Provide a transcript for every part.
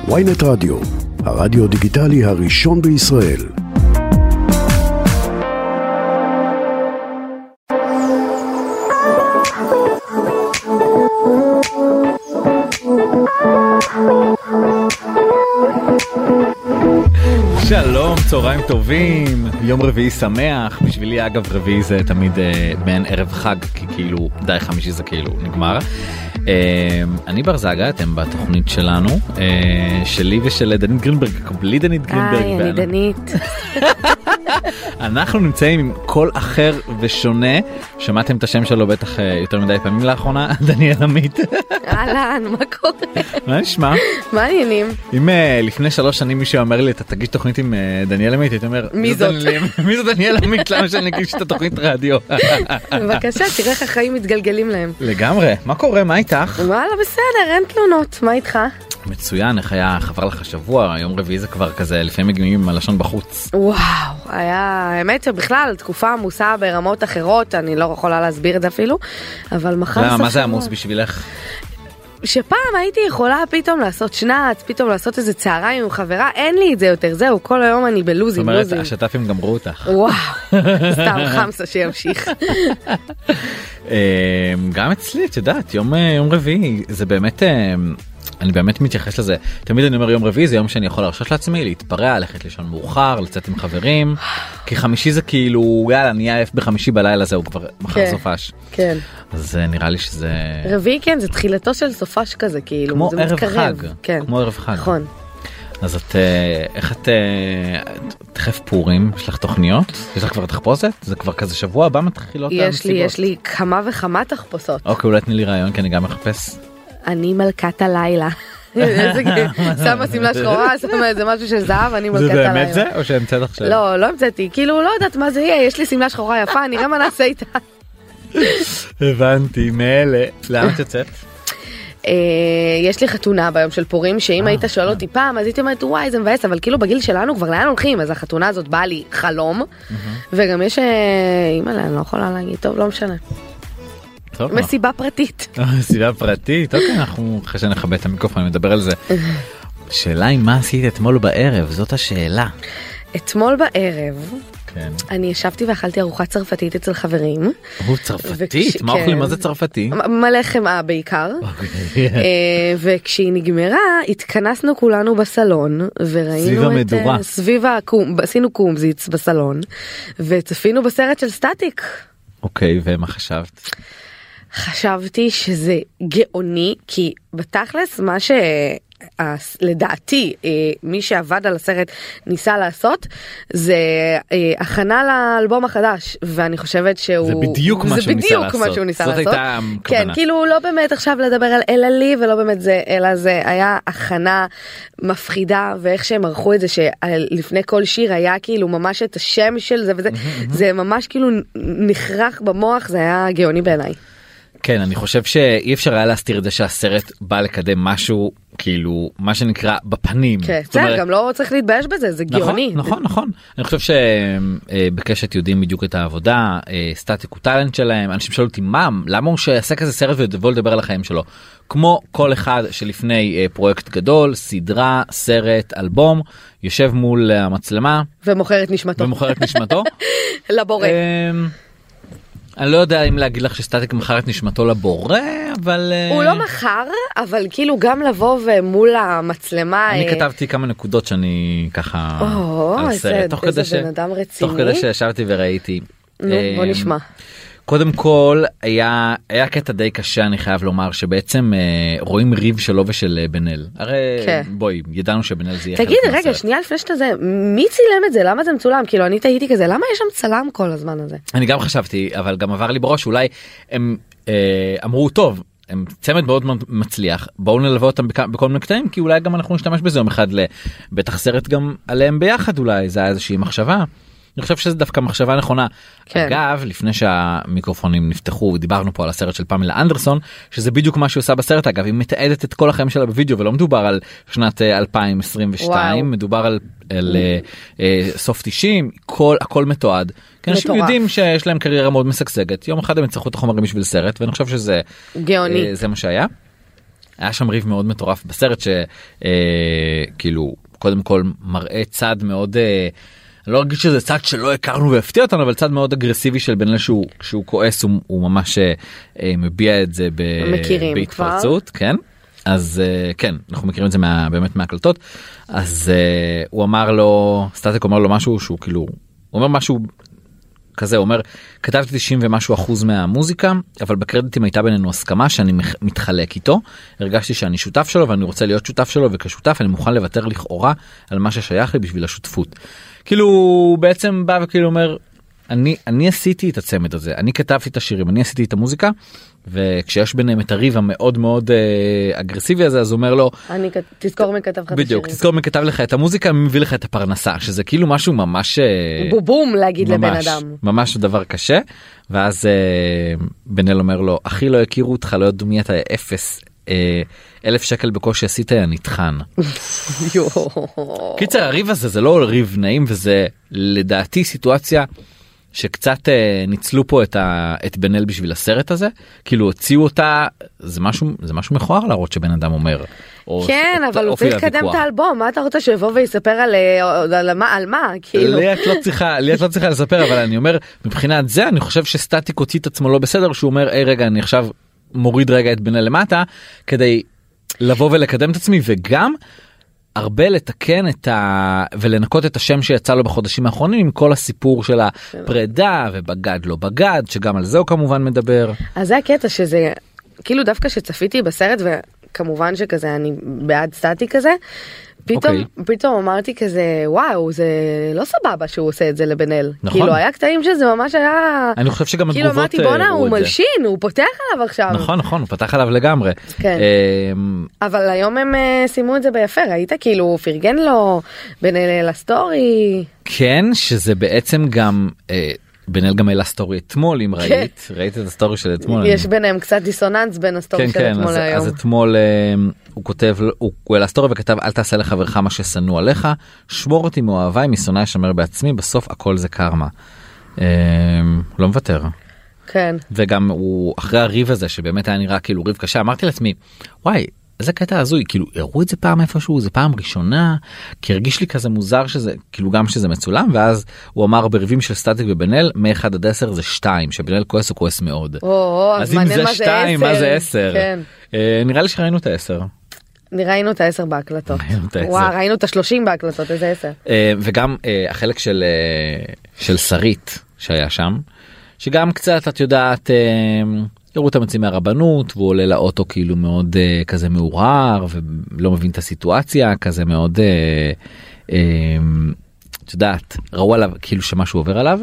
ynet רדיו, הרדיו דיגיטלי הראשון בישראל. שלום, צהריים טובים, יום רביעי שמח. בשבילי אגב רביעי זה תמיד מעין ערב חג, כי כאילו די חמישי זה כאילו נגמר. אני בר זגה, אתם בתוכנית שלנו, שלי ושל דנית גרינברג, בלי דנית גרינברג. היי, אני דנית. אנחנו נמצאים עם קול אחר ושונה. שמעתם את השם שלו בטח יותר מדי פעמים לאחרונה. דניאל עמית. אהלן, מה קורה? מה נשמע? מה העניינים? אם לפני 3 שנים מישהו אומר לי אתה תגיש תוכנית עם דניאל עמית, הייתי אומר מי זאת? מי זאת דניאל עמית? למה שאני אגיש את התוכנית רדיו? בבקשה, תראה איך החיים מתגלגלים להם. לגמרי. מה קורה? מה איתך? וואלה, בסדר, אין תלונות. מה איתך? מצוין. איך היה? חבר לך שבוע? יום רביעי זה כבר כזה לפעמים מגיעים עם הלשון בחוץ. וואו, היה האמת שבכלל תקופה עמוסה ברמות אחרות, אני לא יכולה להסביר את זה אפילו, אבל מחר למה? מה זה עמוס בשבילך? שפעם הייתי יכולה פתאום לעשות שנץ, פתאום לעשות איזה צהריים עם חברה, אין לי את זה יותר, זהו, כל היום אני בלוזים. זאת אומרת, השטפים גמרו אותך. וואו, סתם חמסה שימשיך. גם אצלי, את יודעת, יום רביעי, זה באמת, אני באמת מתייחס לזה. תמיד אני אומר יום רביעי זה יום שאני יכול להרשות לעצמי, להתפרע, ללכת לישון מאוחר, לצאת עם חברים, כי חמישי זה כאילו, יאללה, נהיה עייף בחמישי בלילה, זהו כבר מחר סופש. כן. אז נראה לי שזה... רביעי כן, זה תחילתו של סופש כזה, כאילו. כמו זה ערב מתקרב. חג. כן. כמו ערב חג. נכון. אז את, איך את, תכף פורים, יש לך תוכניות? יש לך כבר תחפושת? זה כבר כזה שבוע הבא מתחילות המסיבות? יש לי כמה וכמה תחפושות. אוקיי, אולי תני לי רעיון, כי אני גם מחפש. אני מלכת הלילה. שמה סמלה שחורה, שמה איזה משהו של זהב, אני מלכת הלילה. זה באמת זה? או שהמצאת עכשיו? לא המצאתי, כאילו לא יודעת מה זה יהיה, יש לי סמלה שחורה יפה, נראה מה נעשה איתה. הבנתי, מאלה. לאן את יוצאת? יש לי חתונה ביום של פורים, שאם היית שואל אותי פעם, אז הייתי אומרת, וואי, זה מבאס, אבל כאילו בגיל שלנו כבר לאן הולכים, אז החתונה הזאת באה לי חלום, וגם יש, אימא'לה, אני לא יכולה להגיד, טוב, לא משנה. מסיבה פרטית. מסיבה פרטית, אוקיי, אנחנו אחרי שנחבא את המיקרופון, נדבר על זה. שאלה היא מה עשית אתמול בערב, זאת השאלה. אתמול בערב, כן. אני ישבתי ואכלתי ארוחת צרפתית אצל חברים. צרפתית? מה אוכלים? מה זה צרפתי? מלא חמאה בעיקר. וכשהיא נגמרה, התכנסנו כולנו בסלון, וראינו סביב המדורה. עשינו קומזיץ בסלון, וצפינו בסרט של סטטיק. אוקיי, ומה חשבת? חשבתי שזה גאוני, כי בתכלס מה לדעתי מי שעבד על הסרט ניסה לעשות זה הכנה לאלבום החדש, ואני חושבת שהוא זה בדיוק מה שהוא ניסה לעשות. זאת הייתה כן, כאילו לא באמת עכשיו לדבר על אלה לי ולא באמת זה, אלא זה היה הכנה מפחידה, ואיך שהם ערכו את זה שלפני כל שיר היה כאילו ממש את השם של זה, וזה זה ממש כאילו נחרח במוח, זה היה גאוני בעיניי. כן, אני חושב שאי אפשר היה להסתיר את זה שהסרט בא לקדם משהו, כאילו, מה שנקרא בפנים. כן, בסדר, גם לא צריך להתבייש בזה, זה גאוני. נכון. אני חושב שבקשת יודעים בדיוק את העבודה, סטטיק הוא טלנט שלהם, אנשים שאלו אותי, למה הוא שיעשה כזה סרט ויבוא לדבר על החיים שלו? כמו כל אחד שלפני פרויקט גדול, סדרה, סרט, אלבום, יושב מול המצלמה. ומוכר את נשמתו. לבורא. אני לא יודע אם להגיד לך שסטטיק מכר את נשמתו לבורא, אבל... הוא לא מכר, אבל כאילו גם לבוא ומול המצלמה... אני כתבתי כמה נקודות שאני ככה... איזה בן אדם רציני. תוך כדי שישבתי וראיתי. בוא נשמע. קודם כל, היה קטע די קשה, אני חייב לומר, שבעצם רואים ריב שלו ושל בן-אל. הרי בואי, ידענו שבן-אל זה יהיה חלק מהסרט. תגיד, רגע, מהסרט. שנייה לפני שאתה זה, מי צילם את זה? למה זה מצולם? כאילו, אני תהיתי כזה, למה יש שם צלם כל הזמן הזה? אני גם חשבתי, אבל גם עבר לי בראש, אולי הם אמרו, טוב, הם צמד מאוד מצליח, בואו נלווה אותם בכל מיני קטעים, כי אולי גם אנחנו נשתמש בזה יום אחד לבטח סרט גם עליהם ביחד אולי, זה היה איזושהי מחשבה. אני חושב שזה דווקא מחשבה נכונה. כן. אגב, לפני שהמיקרופונים נפתחו, דיברנו פה על הסרט של פמלה אנדרסון, שזה בדיוק מה שהיא עושה בסרט. אגב, היא מתעדת את כל החיים שלה בווידאו, ולא מדובר על שנת 2022, וואו. מדובר על סוף 90, הכל מתועד. כי אנשים יודעים שיש להם קריירה מאוד משגשגת. יום אחד הם יצטרכו את החומרים בשביל סרט, ואני חושב שזה גאוני. זה מה שהיה. היה שם ריב מאוד מטורף בסרט שכאילו קודם כל מראה צד מאוד, אני לא אגיד שזה צד שלא הכרנו והפתיע אותנו, אבל צד מאוד אגרסיבי של בן אל שהוא כועס, הוא ממש מביע את זה בהתפרצות, כן. אז כן, אנחנו מכירים את זה באמת מהקלטות. אז הוא אמר לו, סטטיק אומר לו משהו שהוא כאילו, הוא אומר משהו כזה, הוא אומר, כתבתי 90 ומשהו אחוז מהמוזיקה, אבל בקרדיטים הייתה בינינו הסכמה שאני מתחלק איתו, הרגשתי שאני שותף שלו ואני רוצה להיות שותף שלו, וכשותף אני מוכן לוותר לכאורה על מה ששייך לי בשביל השותפות. כאילו הוא בעצם בא וכאילו אומר, אני עשיתי את הצמד הזה, אני כתבתי את השירים, אני עשיתי את המוזיקה, וכשיש ביניהם את הריב המאוד מאוד אגרסיבי הזה, אז הוא אומר לו, תזכור מי כתב לך את השירים. בדיוק, תזכור מי כתב לך את המוזיקה, מי מביא לך את הפרנסה, שזה כאילו משהו ממש בובום להגיד לבן אדם. ממש דבר קשה, ואז בן אל אומר לו, אחי לא הכירו אותך, לא ידעו מי אתה, 1,000 שקל בקושי עשית, היה נטחן. קיצר, הריב הזה זה לא ריב נעים, וזה לדעתי סיטואציה שקצת ניצלו פה את בן אל בשביל הסרט הזה, כאילו הוציאו אותה, זה משהו מכוער להראות שבן אדם אומר. כן, אבל הוא צריך לקדם את האלבום, מה אתה רוצה שיבוא ויספר על מה? לי את לא צריכה לספר, אבל אני אומר, מבחינת זה, אני חושב שסטטיק הוציא את עצמו לא בסדר, שהוא אומר, רגע, אני עכשיו מוריד רגע את בן אל למטה, כדי לבוא ולקדם את עצמי, וגם הרבה לתקן ולנקות את השם שיצא לו בחודשים האחרונים עם כל הסיפור של הפרידה ובגד לא בגד, שגם על זה הוא כמובן מדבר. אז זה הקטע שזה כאילו דווקא שצפיתי בסרט, וכמובן שכזה אני בעד סטטיק כזה, פתאום אמרתי כזה וואו, זה לא סבבה שהוא עושה את זה לבן אל. כאילו היה קטעים שזה ממש היה, אני חושב שגם כאילו אמרתי בונה הוא מלשין, הוא פותח עליו עכשיו. נכון, הוא פתח עליו לגמרי. אבל היום הם שימו את זה ביפה, ראית כאילו פרגן לו בן אל הסטורי. כן, שזה בעצם גם בן אל גם העלה סטורי אתמול, אם ראית את הסטורי של אתמול. יש ביניהם קצת דיסוננס בין הסטורי של אתמול להיום. אז אתמול הוא כותב, הוא העלה סטורי וכתב, אל תעשה לחברך מה ששנוא עליך, שמור אותי מאוהביי, משונאי אשמר בעצמי, בסוף הכל זה קרמה. לא מוותר. כן. וגם הוא, אחרי הריב הזה, שבאמת היה נראה כאילו ריב קשה, אמרתי לעצמי, וואי, איזה קטע הזוי, כאילו הראו את זה פעם איפשהו, זה פעם ראשונה, כי הרגיש לי כזה מוזר שזה, כאילו גם שזה מצולם, ואז הוא אמר בריבים של סטטיק ובן אל, מ-1 עד 10 זה 2, שבן אל כועס הוא כועס מאוד. אז אם זה 2, מה זה 10? נראה לי שראינו את 10. ראינו את 10 בהקלטות. וואו, ראינו את 30 בהקלטות, איזה 10. וגם החלק של שרית שהיה שם, שגם קצת, את יודעת, יראו את המציא מהרבנות, והוא עולה לאוטו כאילו מאוד כזה מעורר, ולא מבין את הסיטואציה, כזה מאוד, את יודעת, ראו עליו כאילו שמשהו עובר עליו,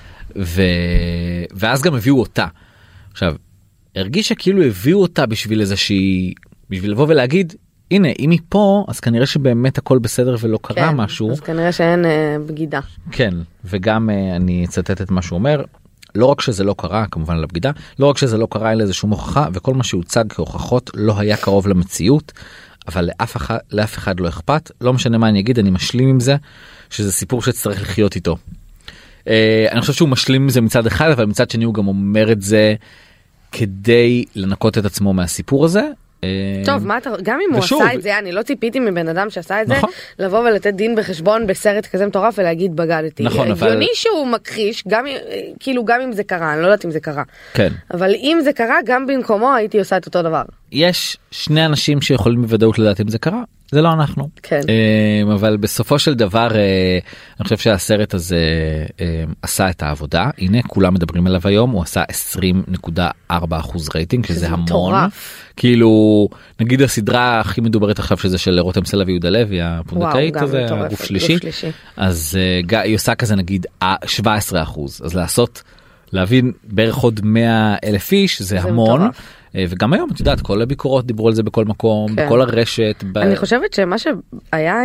ואז גם הביאו אותה. עכשיו, הרגיש שכאילו הביאו אותה בשביל איזושהי, בשביל לבוא ולהגיד, הנה, אם היא פה, אז כנראה שבאמת הכל בסדר ולא קרה משהו. אז כנראה שאין בגידה. כן, וגם אני אצטט את מה שהוא אומר, לא רק שזה לא קרה, כמובן על הבגידה, לא רק שזה לא קרה אלא איזשהו הוכחה, וכל מה שהוצג כהוכחות לא היה קרוב למציאות, אבל לאף אחד לא אכפת, לא משנה מה אני אגיד, אני משלים עם זה, שזה סיפור שצריך לחיות איתו. אני חושב שהוא משלים עם זה מצד אחד, אבל מצד שני הוא גם אומר את זה כדי לנקות את עצמו מהסיפור הזה. טוב, גם אם הוא עשה את זה, אני לא ציפיתי מבן אדם שעשה את זה, לבוא ולתת דין בחשבון בסרט כזה מטורף ולהגיד בגדתי. הגיוני שהוא מכחיש, כאילו גם אם זה קרה, אני לא יודעת אם זה קרה. אבל אם זה קרה, גם במקומו הייתי עושה את אותו דבר. יש שני אנשים שיכולים בוודאות לדעת אם זה קרה, זה לא אנחנו. כן. אבל בסופו של דבר, אני חושב שהסרט הזה עשה את העבודה. הנה, כולם מדברים עליו היום, הוא עשה 20.4% רייטינג, שזה המון. כאילו, נגיד הסדרה הכי מדוברת עכשיו, שזה של רותם סלע ויהודה לוי, הפונדקאית הזה, הגוף שלישי. אז היא עושה כזה נגיד 17%. אז להבין בערך עוד 100,000 איש, זה המון. וגם היום, את יודעת, כל הביקורות דיברו על זה בכל מקום, בכל הרשת. אני חושבת שמה שהיה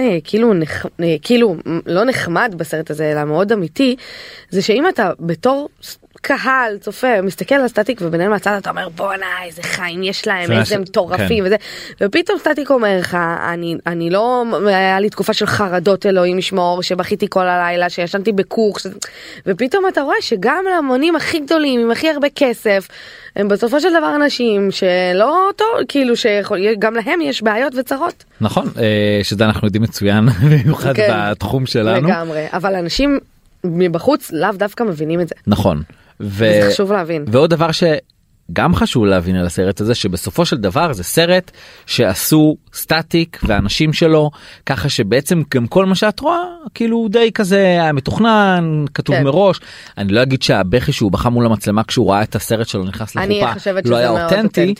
כאילו לא נחמד בסרט הזה, אלא מאוד אמיתי, זה שאם אתה בתור קהל, צופה, מסתכל על סטטיק ובן אל מהצד אתה אומר בואנה איזה חיים יש להם, איזה מטורפים וזה, ופתאום סטטיק אומר לך, אני לא, היה לי תקופה של חרדות אלוהים ישמור, שבכיתי כל הלילה, שישנתי בקוך, ופתאום אתה רואה שגם להמונים הכי גדולים, עם הכי הרבה כסף, הם בסופו של דבר אנשים שלא טוב, כאילו שגם להם יש בעיות וצרות. נכון, שזה אנחנו יודעים מצוין, במיוחד בתחום שלנו. לגמרי, אבל אנשים מבחוץ לאו דווקא מבינים את זה. נכון. זה חשוב להבין. ועוד דבר שגם חשוב להבין על הסרט הזה, שבסופו של דבר זה סרט שעשו סטטיק ואנשים שלו, ככה שבעצם גם כל מה שאת רואה, כאילו די כזה היה מתוכנן, כתוב מראש. אני לא אגיד שהבכי שהוא בכה מול המצלמה כשהוא ראה את הסרט שלו נכנס לחופה, לא היה אותנטי,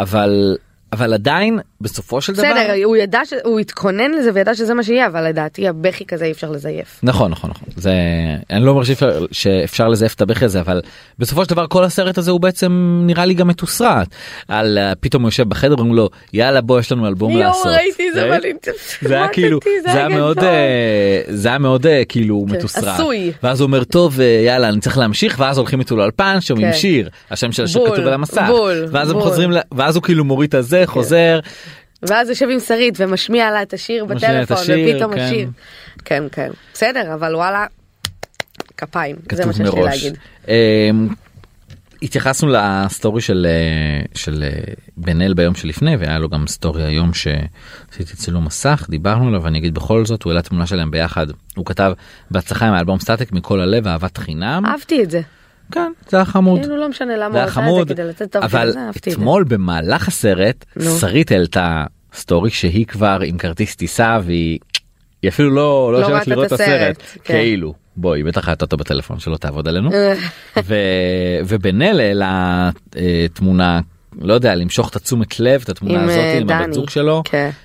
אבל עדיין בסופו של דבר בסדר, הוא ידע שהוא התכונן לזה וידע שזה מה שיהיה, אבל לדעתי הבכי כזה אי אפשר לזייף. נכון. זה אני לא אומר שאפשר לזייף את הבכי הזה, אבל בסופו של דבר כל הסרט הזה הוא בעצם נראה לי גם מתוסרט. על פתאום הוא יושב בחדר ואומרים לו יאללה בוא יש לנו אלבום לעשות. ראיתי זה זה היה כאילו זה היה מאוד כאילו מתוסרט. ואז הוא אומר טוב יאללה אני צריך להמשיך, ואז הולכים איתו לאולפן שומעים שיר, השם של השיר כתוב על המסך, ואז הם חוזרים, ואז הוא כאילו מוריד את הזה, חוזר, ואז יושב עם שרית ומשמיע לה את השיר בטלפון ופתאום השיר. כן. בסדר, אבל וואלה, כפיים, זה מה שיש לי להגיד. התייחסנו לסטורי של בן אל ביום שלפני, והיה לו גם סטורי היום שעשיתי אצלו מסך, דיברנו עליו, ואני אגיד בכל זאת, הוא העלה תמונה שלהם ביחד, הוא כתב בהצלחה עם האלבום סטטיק מכל הלב, אהבת חינם. אהבתי את זה. כן, זה היה חמוד. כאילו לא משנה למה הוא עושה את זה כדי לצאת טוב, אבל אתמול במהלך הסרט, שרית העלתה סטורי שהיא כבר עם כרטיס טיסה, והיא אפילו לא יושבת לראות את הסרט, כאילו. בואי, בטח הייתה אותו בטלפון שלא תעבוד עלינו. ובן אל העלה תמונה, לא יודע, למשוך את התשומת לב, את התמונה הזאת עם הבת זוג שלו.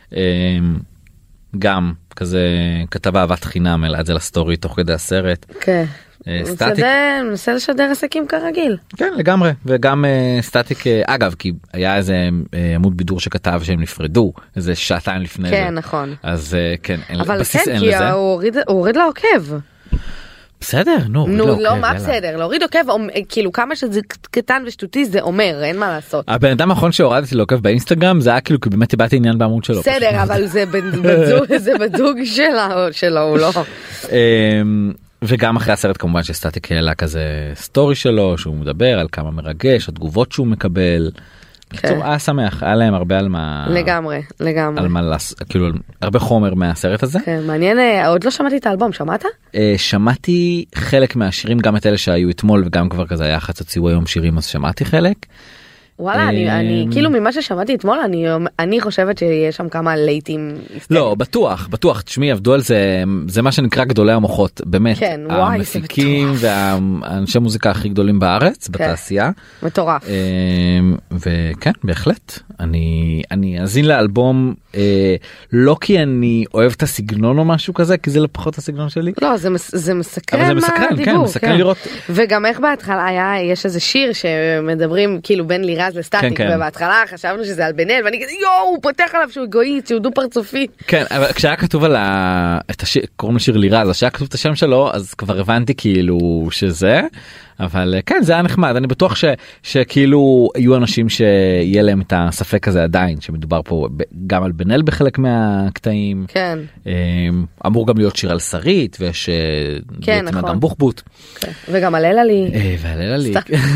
גם כזה כתב אהבת חינם, העלה את זה לסטורי תוך כדי הסרט. כן. מנסה לשדר עסקים כרגיל. כן, לגמרי. וגם סטטיק, אגב, כי היה איזה עמוד בידור שכתב שהם נפרדו, איזה שעתיים לפני זה. כן, נכון. אז כן, אבל כן, כי הוא הוריד לעוקב. בסדר, נו, לא, מה בסדר, להוריד עוקב, כאילו כמה שזה קטן ושטותי זה אומר, אין מה לעשות. הבן אדם האחרון שהורדתי לעוקב באינסטגרם, זה היה כאילו, כי באמת איבדתי עניין בעמוד שלו. בסדר, אבל זה בזוג שלו, הוא לא. וגם אחרי הסרט כמובן שסטטיק העלה כזה סטורי שלו, שהוא מדבר על כמה מרגש, התגובות שהוא מקבל. בקיצור, היה שמח, היה להם הרבה על מה... לגמרי. על מה, כאילו, הרבה חומר מהסרט הזה. כן, מעניין, עוד לא שמעתי את האלבום, שמעת? שמעתי חלק מהשירים, גם את אלה שהיו אתמול, וגם כבר כזה היה חצי היום שירים, אז שמעתי חלק. וואלה, אני כאילו ממה ששמעתי אתמול, אני חושבת שיש שם כמה לייטים. לא, בטוח, תשמעי, עבדו על זה, זה מה שנקרא גדולי המוחות, באמת. כן, וואי, זה מטורף. המפיקים והאנשי מוזיקה הכי גדולים בארץ, בתעשייה. מטורף. וכן, בהחלט. אני אזין לאלבום, לא כי אני אוהב את הסגנון או משהו כזה, כי זה לא פחות הסגנון שלי. לא, זה מסקרן מה הדיבור. כן, מסקרן לראות. וגם איך בהתחלה יש איזה שיר שמדברים כאילו בין לירז לסטטיק, ובהתחלה חשבנו שזה על בן אל, ואני כזה יואו, הוא פותח עליו שהוא אגואיסט, שהוא דו פרצופי. כן, אבל כשהיה כתוב על קוראים לשיר לירז, כשהיה כתוב את השם שלו, אז כבר הבנתי כאילו שזה, אבל כן, זה היה נחמד. אני בטוח שכאילו יהיו אנשים שיהיה להם את הספק הזה עדיין, שמדובר פה גם על בן אל בחלק מהקטעים. כן. אמור גם להיות שיר על שרית, ויש כן, נכון. גם בוחבוט. כן. וגם על אלעלי. ועל אלעלי.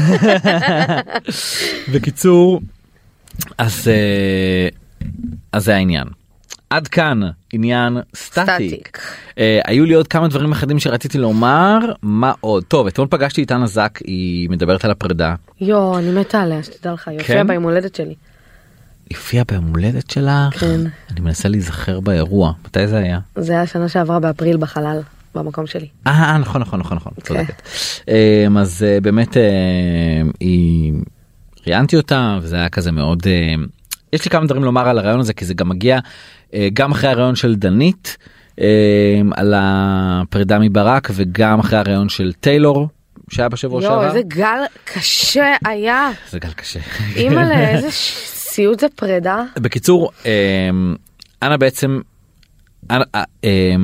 בקיצור, אז זה העניין. עד כאן עניין סטטיק. היו לי עוד כמה דברים אחדים שרציתי לומר. מה עוד? טוב, אתמול פגשתי איתן הזק, היא מדברת על הפרידה. אני מתה עליה, שתדע לך, היא הופיעה ביום הולדת שלי. הופיעה ביום הולדת שלה? כן. אני מנסה להיזכר באירוע. מתי זה היה? זה היה שנה שעברה באפריל בחלל, במקום שלי. נכון, צודקת. אז באמת היא... ראיינתי אותה, וזה היה כזה מאוד... יש לי כמה דברים לומר על הרעיון הזה, כי זה גם מגיע גם אחרי הרעיון של דנית על הפרידה מברק, וגם אחרי הרעיון של טיילור שהיה בשבוע שעבר. איזה גל קשה היה. זה גל קשה. אימא'לה, איזה סיוט זה פרידה. בקיצור, אנה בעצם,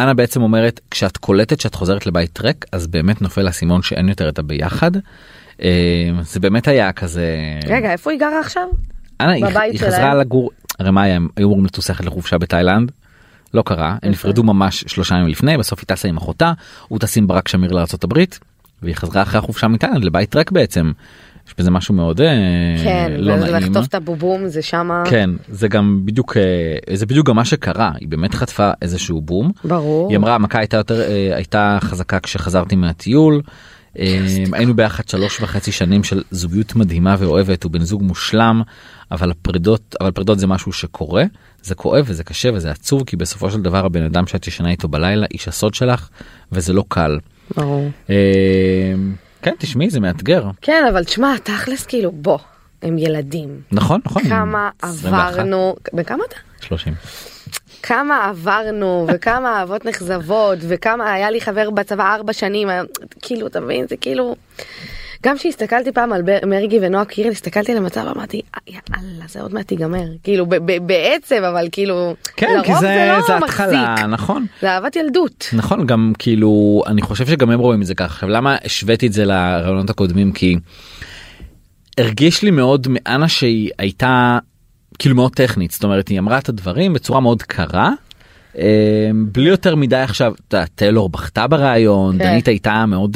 אנה בעצם אומרת, כשאת קולטת שאת חוזרת לבית ריק, אז באמת נופל הסימון שאין יותר את הביחד. זה באמת היה כזה... רגע, איפה היא גרה עכשיו? אנה, היא חזרה לגור, הרי מה הם היו אמורים לטוס לחופשה בתאילנד, לא קרה, הם נפרדו ממש 3 ימים לפני, בסוף היא טסה עם אחותה, הוא טס עם ברק שמיר לארצות הברית, והיא חזרה אחרי החופשה מתאילנד לבית ריק בעצם. יש בזה משהו מאוד לא נעים. כן, לחטוף את הבובום זה שמה. כן, זה גם בדיוק, זה בדיוק גם מה שקרה, היא באמת חטפה איזשהו בום. ברור. היא אמרה, המכה הייתה חזקה כשחזרתי מהטיול, היינו ביחד 3.5 שנים של זוגיות מדהימה ואוהבת, הוא בן זוג מושלם, אבל פרידות זה משהו שקורה, זה כואב וזה קשה וזה עצוב, כי בסופו של דבר הבן אדם שאת ישנה איתו בלילה, איש הסוד שלך, וזה לא קל. ברור. כן, תשמעי, זה מאתגר. כן, אבל תשמע, תכלס כאילו, בוא, הם ילדים. נכון, נכון. כמה עברנו, בכמה אתה? 30. כמה עברנו, וכמה אהבות נחזבות, וכמה היה לי חבר בצבא 4 שנים, כאילו, אתה מבין, זה כאילו... גם שהסתכלתי פעם על מרגי ונועה קירל, הסתכלתי על המצב, אמרתי, יאללה, זה עוד מעט ייגמר. כאילו, בעצב, אבל כאילו, כן, כי זה לא התחלה, נכון. זה אהבת ילדות. נכון, גם כאילו, אני חושב שגם הם רואים את זה ככה. עכשיו, למה השוויתי את זה לרעיונות הקודמים? כי הרגיש לי מאוד מאנה שהיא הייתה כאילו מאוד טכנית, זאת אומרת, היא אמרה את הדברים בצורה מאוד קרה, בלי יותר מדי עכשיו, טיילור בכתה ברעיון, דנית הייתה מאוד,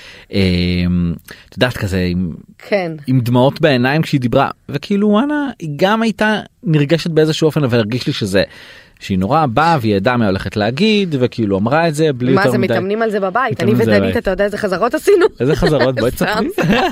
את יודעת כזה, עם דמעות בעיניים כשהיא דיברה, וכאילו אנה, היא גם הייתה נרגשת באיזשהו אופן, אבל הרגיש לי שזה, שהיא נורא באה והיא ידעה מה הולכת להגיד, וכאילו אמרה את זה בלי יותר מדי. מה זה מתאמנים על זה בבית? אני ודנית, אתה יודע איזה חזרות עשינו? איזה חזרות? בואי תספרי.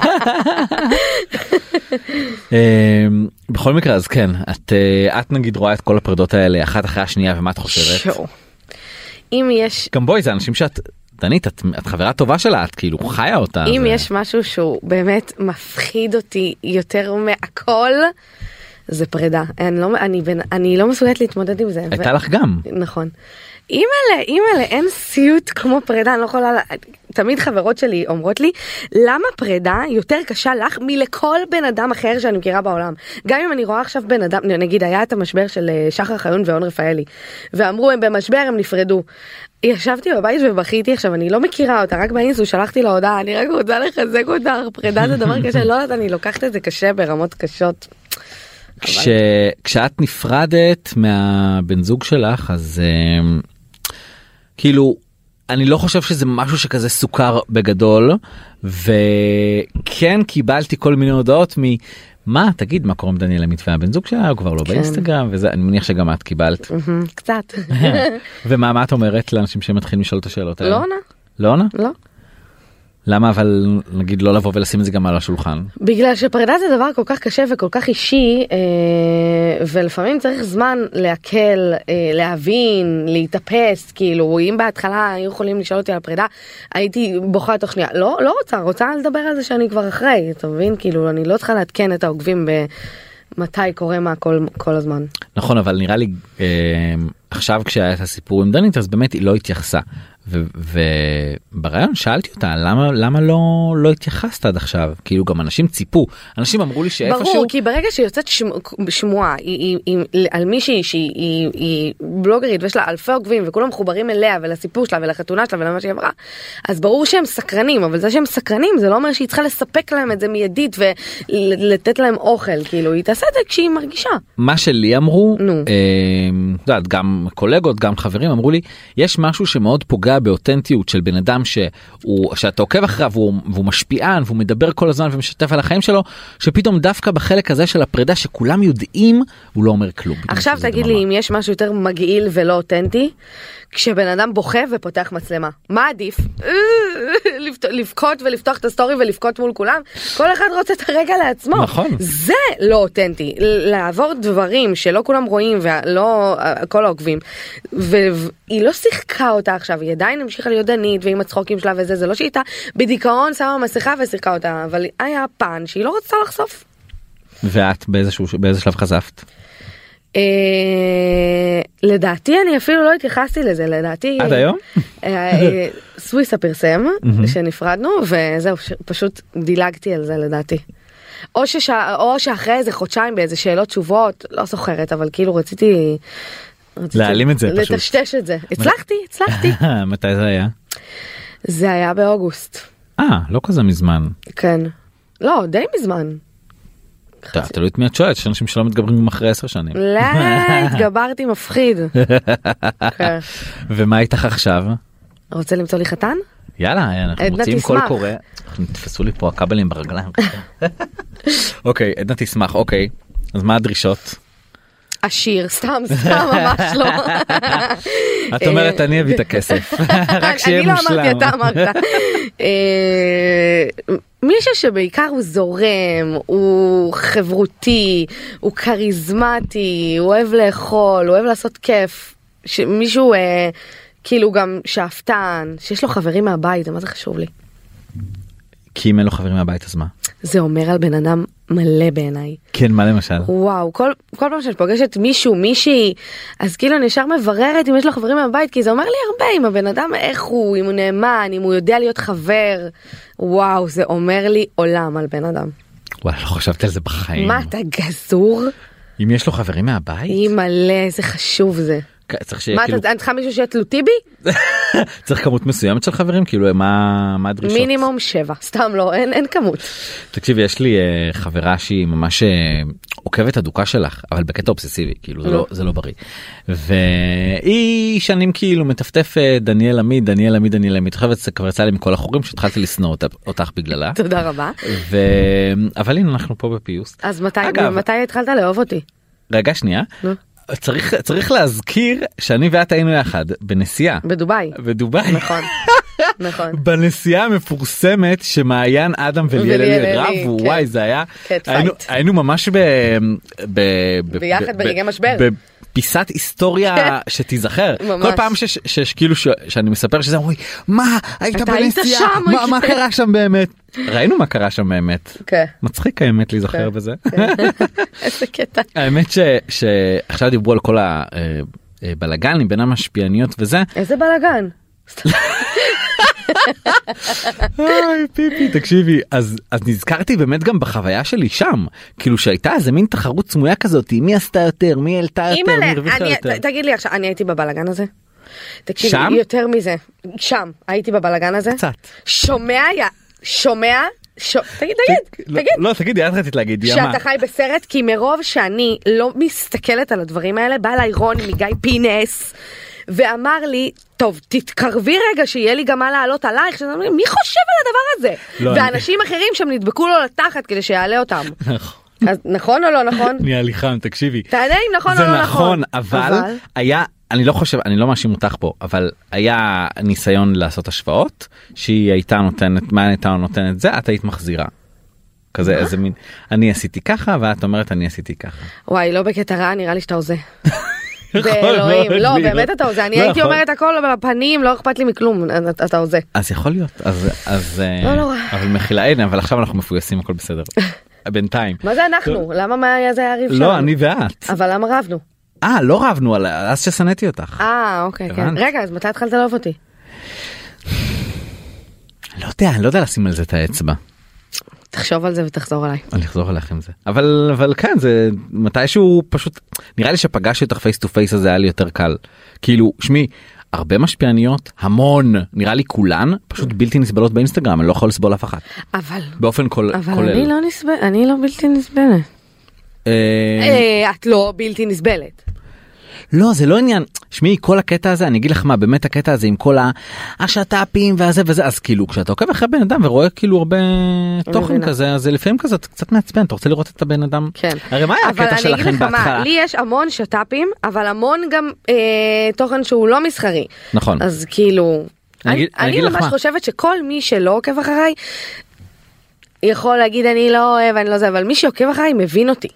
בכל מקרה, אז כן, את נגיד רואה את כל הפרדות האלה אחת אחרי השנייה, ומה את חושבת? אם יש... גם בואי, זה אנשים שאת, דנית, את חברה טובה שלה, את כאילו חיה אותה. אם יש משהו שהוא באמת מפחיד אותי יותר מהכל, זה פרידה. אני לא מסוגלת להתמודד עם זה. הייתה לך גם. נכון. אימאלה, אין סיוט כמו פרידה, אני לא יכולה... תמיד חברות שלי אומרות לי, למה פרידה יותר קשה לך מלכל בן אדם אחר שאני מכירה בעולם? גם אם אני רואה עכשיו בן אדם, נגיד היה את המשבר של שחר חיון ואון רפאלי, ואמרו הם במשבר, הם נפרדו. ישבתי בבית ובכיתי, עכשיו אני לא מכירה אותה, רק באינסטגרם שלחתי לה הודעה, אני רק רוצה לחזק אותה, פרידה זה דבר קשה, לא יודעת, אני לוקחת את זה קשה ברמות קשות. כשאת נפרדת מהבן זוג שלך, אז כאילו, אני לא חושב שזה משהו שכזה סוכר בגדול, וכן קיבלתי כל מיני הודעות מה, תגיד, מה קוראים דניאל עמית והבן זוג שלה, הוא כבר לא באינסטגרם, וזה, אני מניח שגם את קיבלת. קצת. ומה את אומרת לאנשים שמתחילים לשאול את השאלות האלה? לא עונה. לא עונה? לא. למה אבל נגיד לא לבוא ולשים את זה גם על השולחן? בגלל שפרידה זה דבר כל כך קשה וכל כך אישי, ולפעמים צריך זמן להקל, להבין, להתאפס, כאילו אם בהתחלה היו יכולים לשאול אותי על פרידה, הייתי בוכה תוך שנייה, לא רוצה לדבר על זה שאני כבר אחרי, אתה מבין? כאילו אני לא צריכה להתקן את העוקבים מתי קורה מה כל הזמן. נכון, אבל נראה לי עכשיו כשהיה את הסיפור עם דנית, אז באמת היא לא התייחסה. וברעיון שאלתי אותה למה לא התייחסת עד עכשיו, כאילו גם אנשים ציפו, אנשים אמרו לי שאיפשהו... ברור, כי ברגע שיוצאת שמועה על מישהי שהיא בלוגרית ויש לה אלפי עוקבים וכולם מחוברים אליה ולסיפור שלה ולחתונה שלה ולמה שהיא אמרה, אז ברור שהם סקרנים, אבל זה שהם סקרנים זה לא אומר שהיא צריכה לספק להם את זה מיידית ולתת להם אוכל, כאילו היא תעשה את זה כשהיא מרגישה. מה שלי אמרו, גם קולגות, גם חברים אמרו לי, יש משהו שמאוד פוגע באותנטיות של בן אדם שאתה עוקב אחריו והוא משפיען והוא מדבר כל הזמן ומשתף על החיים שלו, שפתאום דווקא בחלק הזה של הפרידה שכולם יודעים הוא לא אומר כלום. עכשיו תגיד לי אם יש משהו יותר מגעיל ולא אותנטי, כשבן אדם בוכה ופותח מצלמה, מה עדיף? לבכות ולפתוח את הסטורי ולבכות מול כולם? כל אחד רוצה את הרגע לעצמו. נכון. זה לא אותנטי. לעבור דברים שלא כולם רואים ולא כל העוקבים. והיא לא שיחקה אותה עכשיו, היא עדיין המשיכה להיות דנית ועם הצחוקים שלה וזה, זה לא שהיא הייתה בדיכאון, שמה מסכה ושיחקה אותה, אבל היה פן שהיא לא רצתה לחשוף. ואת באיזה שלב חשפת? לדעתי אני אפילו לא התייחסתי לזה, לדעתי עד היום סוויסה פרסם שנפרדנו וזהו, פשוט דילגתי על זה לדעתי, או שאחרי איזה חודשיים באיזה שאלות תשובות, לא זוכרת, אבל כאילו רציתי להעלים את זה פשוט. לטשטש את זה. הצלחתי. מתי זה היה? זה היה באוגוסט. לא כזה מזמן. כן. לא, די מזמן. תלוי את מי את שואלת, יש אנשים שלא מתגברים גם אחרי 10 שנים. לא, התגברתי מפחיד. ומה איתך עכשיו? רוצה למצוא לי חתן? יאללה, אנחנו מוצאים קול קורא. נתפסו לי פה הכבלים ברגליים. אוקיי, עדנה תשמח, אוקיי. אז מה הדרישות? עשיר, סתם ממש לא. את אומרת אני אביא את הכסף. רק שיהיה מושלם. אני לא אמרתי, אתה אמרת. מישהו שבעיקר הוא זורם, הוא חברותי, הוא כריזמטי, הוא אוהב לאכול, הוא אוהב לעשות כיף. מישהו כאילו גם שאפתן, שיש לו חברים מהבית, מה זה חשוב לי? כי אם אין לו חברים מהבית אז מה? זה אומר על בן אדם מלא בעיניי. כן, מה למשל? וואו, כל פעם שאני פוגשת מישהו, מישהי, אז כאילו אני ישר מבררת אם יש לו חברים מהבית, כי זה אומר לי הרבה אם הבן אדם, איך הוא, אם הוא נאמן, אם הוא יודע להיות חבר. וואו, זה אומר לי עולם על בן אדם. וואי, לא חשבתי על זה בחיים. מה, אתה גזור? אם יש לו חברים מהבית? היא מלא, איזה חשוב זה. מה, אתה צריכה מישהו שיהיה תלותי בי? צריך כמות מסוימת של חברים? כאילו, מה הדרישות? מינימום 7, סתם לא, אין כמות. תקשיבי, יש לי חברה שהיא ממש עוקבת הדוקה שלך, אבל בקטע אובססיבי, כאילו, זה לא בריא. והיא שנים כאילו מטפטפת, דניאל עמית, זה כבר יצא לי מכל החורים שהתחלתי לשנוא אותך בגללה. תודה רבה. אבל הנה, אנחנו פה בפיוס. אז מתי התחלת לאהוב אותי? רגע, שנייה. צריך להזכיר שאני ואת היינו יחד בנסיעה. בדוביי. נכון. בנסיעה המפורסמת שמעיין אדם וליאל רבו, וואי זה היה, היינו ממש ביחד ברגעי משבר. פיסת היסטוריה שתיזכר. כל פעם שכאילו שאני מספר שזה, אוי, מה, היית בנסיעה? מה קרה שם באמת? ראינו מה קרה שם באמת. מצחיק האמת להיזכר בזה. איזה קטע. האמת שעכשיו דיברו על כל הבלגנים בין המשפיעניות וזה. איזה בלגן? אוי פיפי, תקשיבי, אז נזכרתי באמת גם בחוויה שלי שם, כאילו שהייתה איזה מין תחרות סמויה כזאת, מי עשתה יותר, מי העלתה יותר, מי הרוויחה יותר. תגיד לי עכשיו, אני הייתי בבלגן הזה? תקשיבי, יותר מזה, שם, הייתי בבלגן הזה? קצת. שומע? תגיד. לא, תגידי, את רצית להגיד, שאתה חי בסרט, כי מרוב שאני לא מסתכלת על הדברים האלה, בא אליי רון מגיא פינס, ואמר לי, טוב, תתקרבי רגע שיהיה לי גם מה לעלות עלייך, מי חושב על הדבר הזה? ואנשים אחרים שם נדבקו לו לתחת כדי שיעלה אותם. אז נכון או לא נכון? אני הליכם, תקשיבי. תענה אם נכון או לא נכון. זה נכון, אבל היה, אני לא חושב, אני לא מאשים אותך פה, אבל היה ניסיון לעשות השוואות, שהיא הייתה נותנת, מה הייתה נותנת זה, את היית מחזירה. כזה איזה מין, אני עשיתי ככה, ואת אומרת אני עשיתי ככה. וואי, לא בקטע רע, נראה לי שאתה עוזה. באלוהים, לא, באמת אתה עוזה, אני הייתי אומרת הכל בפנים, לא אכפת לי מכלום, אתה עוזה. אז יכול להיות, אבל מחילה, אין, אבל עכשיו אנחנו מפויסים, הכל בסדר. בינתיים. מה זה אנחנו? למה מה היה זה הריב שלנו? לא, אני ואת. אבל למה רבנו? לא רבנו, אז ששנאתי אותך. אוקיי, כן. רגע, אז מתי התחלת לאהוב אותי? אני לא יודע לשים על זה את האצבע. תחשוב על זה ותחזור אליי. אני אחזור אליך עם זה. אבל כן, זה מתישהו פשוט, נראה לי שפגשתי אותך פייס טו פייס הזה היה לי יותר קל. כאילו, שמי, הרבה משפיעניות, המון, נראה לי כולן, פשוט בלתי נסבלות באינסטגרם, אני לא יכול לסבול אף אחת. באופן כולל. אבל אני לא בלתי נסבלת. את לא בלתי נסבלת. לא, זה לא עניין. שמי, כל הקטע הזה, אני אגיד לך מה, באמת הקטע הזה עם כל השטאפים והזה וזה, אז כאילו, כשאתה עוקב אחרי בן אדם ורואה כאילו הרבה תוכן כזה, אז זה לפעמים כזה קצת מעצבן, אתה רוצה לראות את הבן אדם? כן. הרי מה היה הקטע שלכם בהתחלה? לי יש המון שטאפים, אבל המון גם תוכן שהוא לא מסחרי. נכון. אז כאילו, אני ממש חושבת שכל מי שלא עוקב אחריי, יכול להגיד אני לא אוהב, אני לא זה, אבל מי שעוקב אחריי מבין אותי.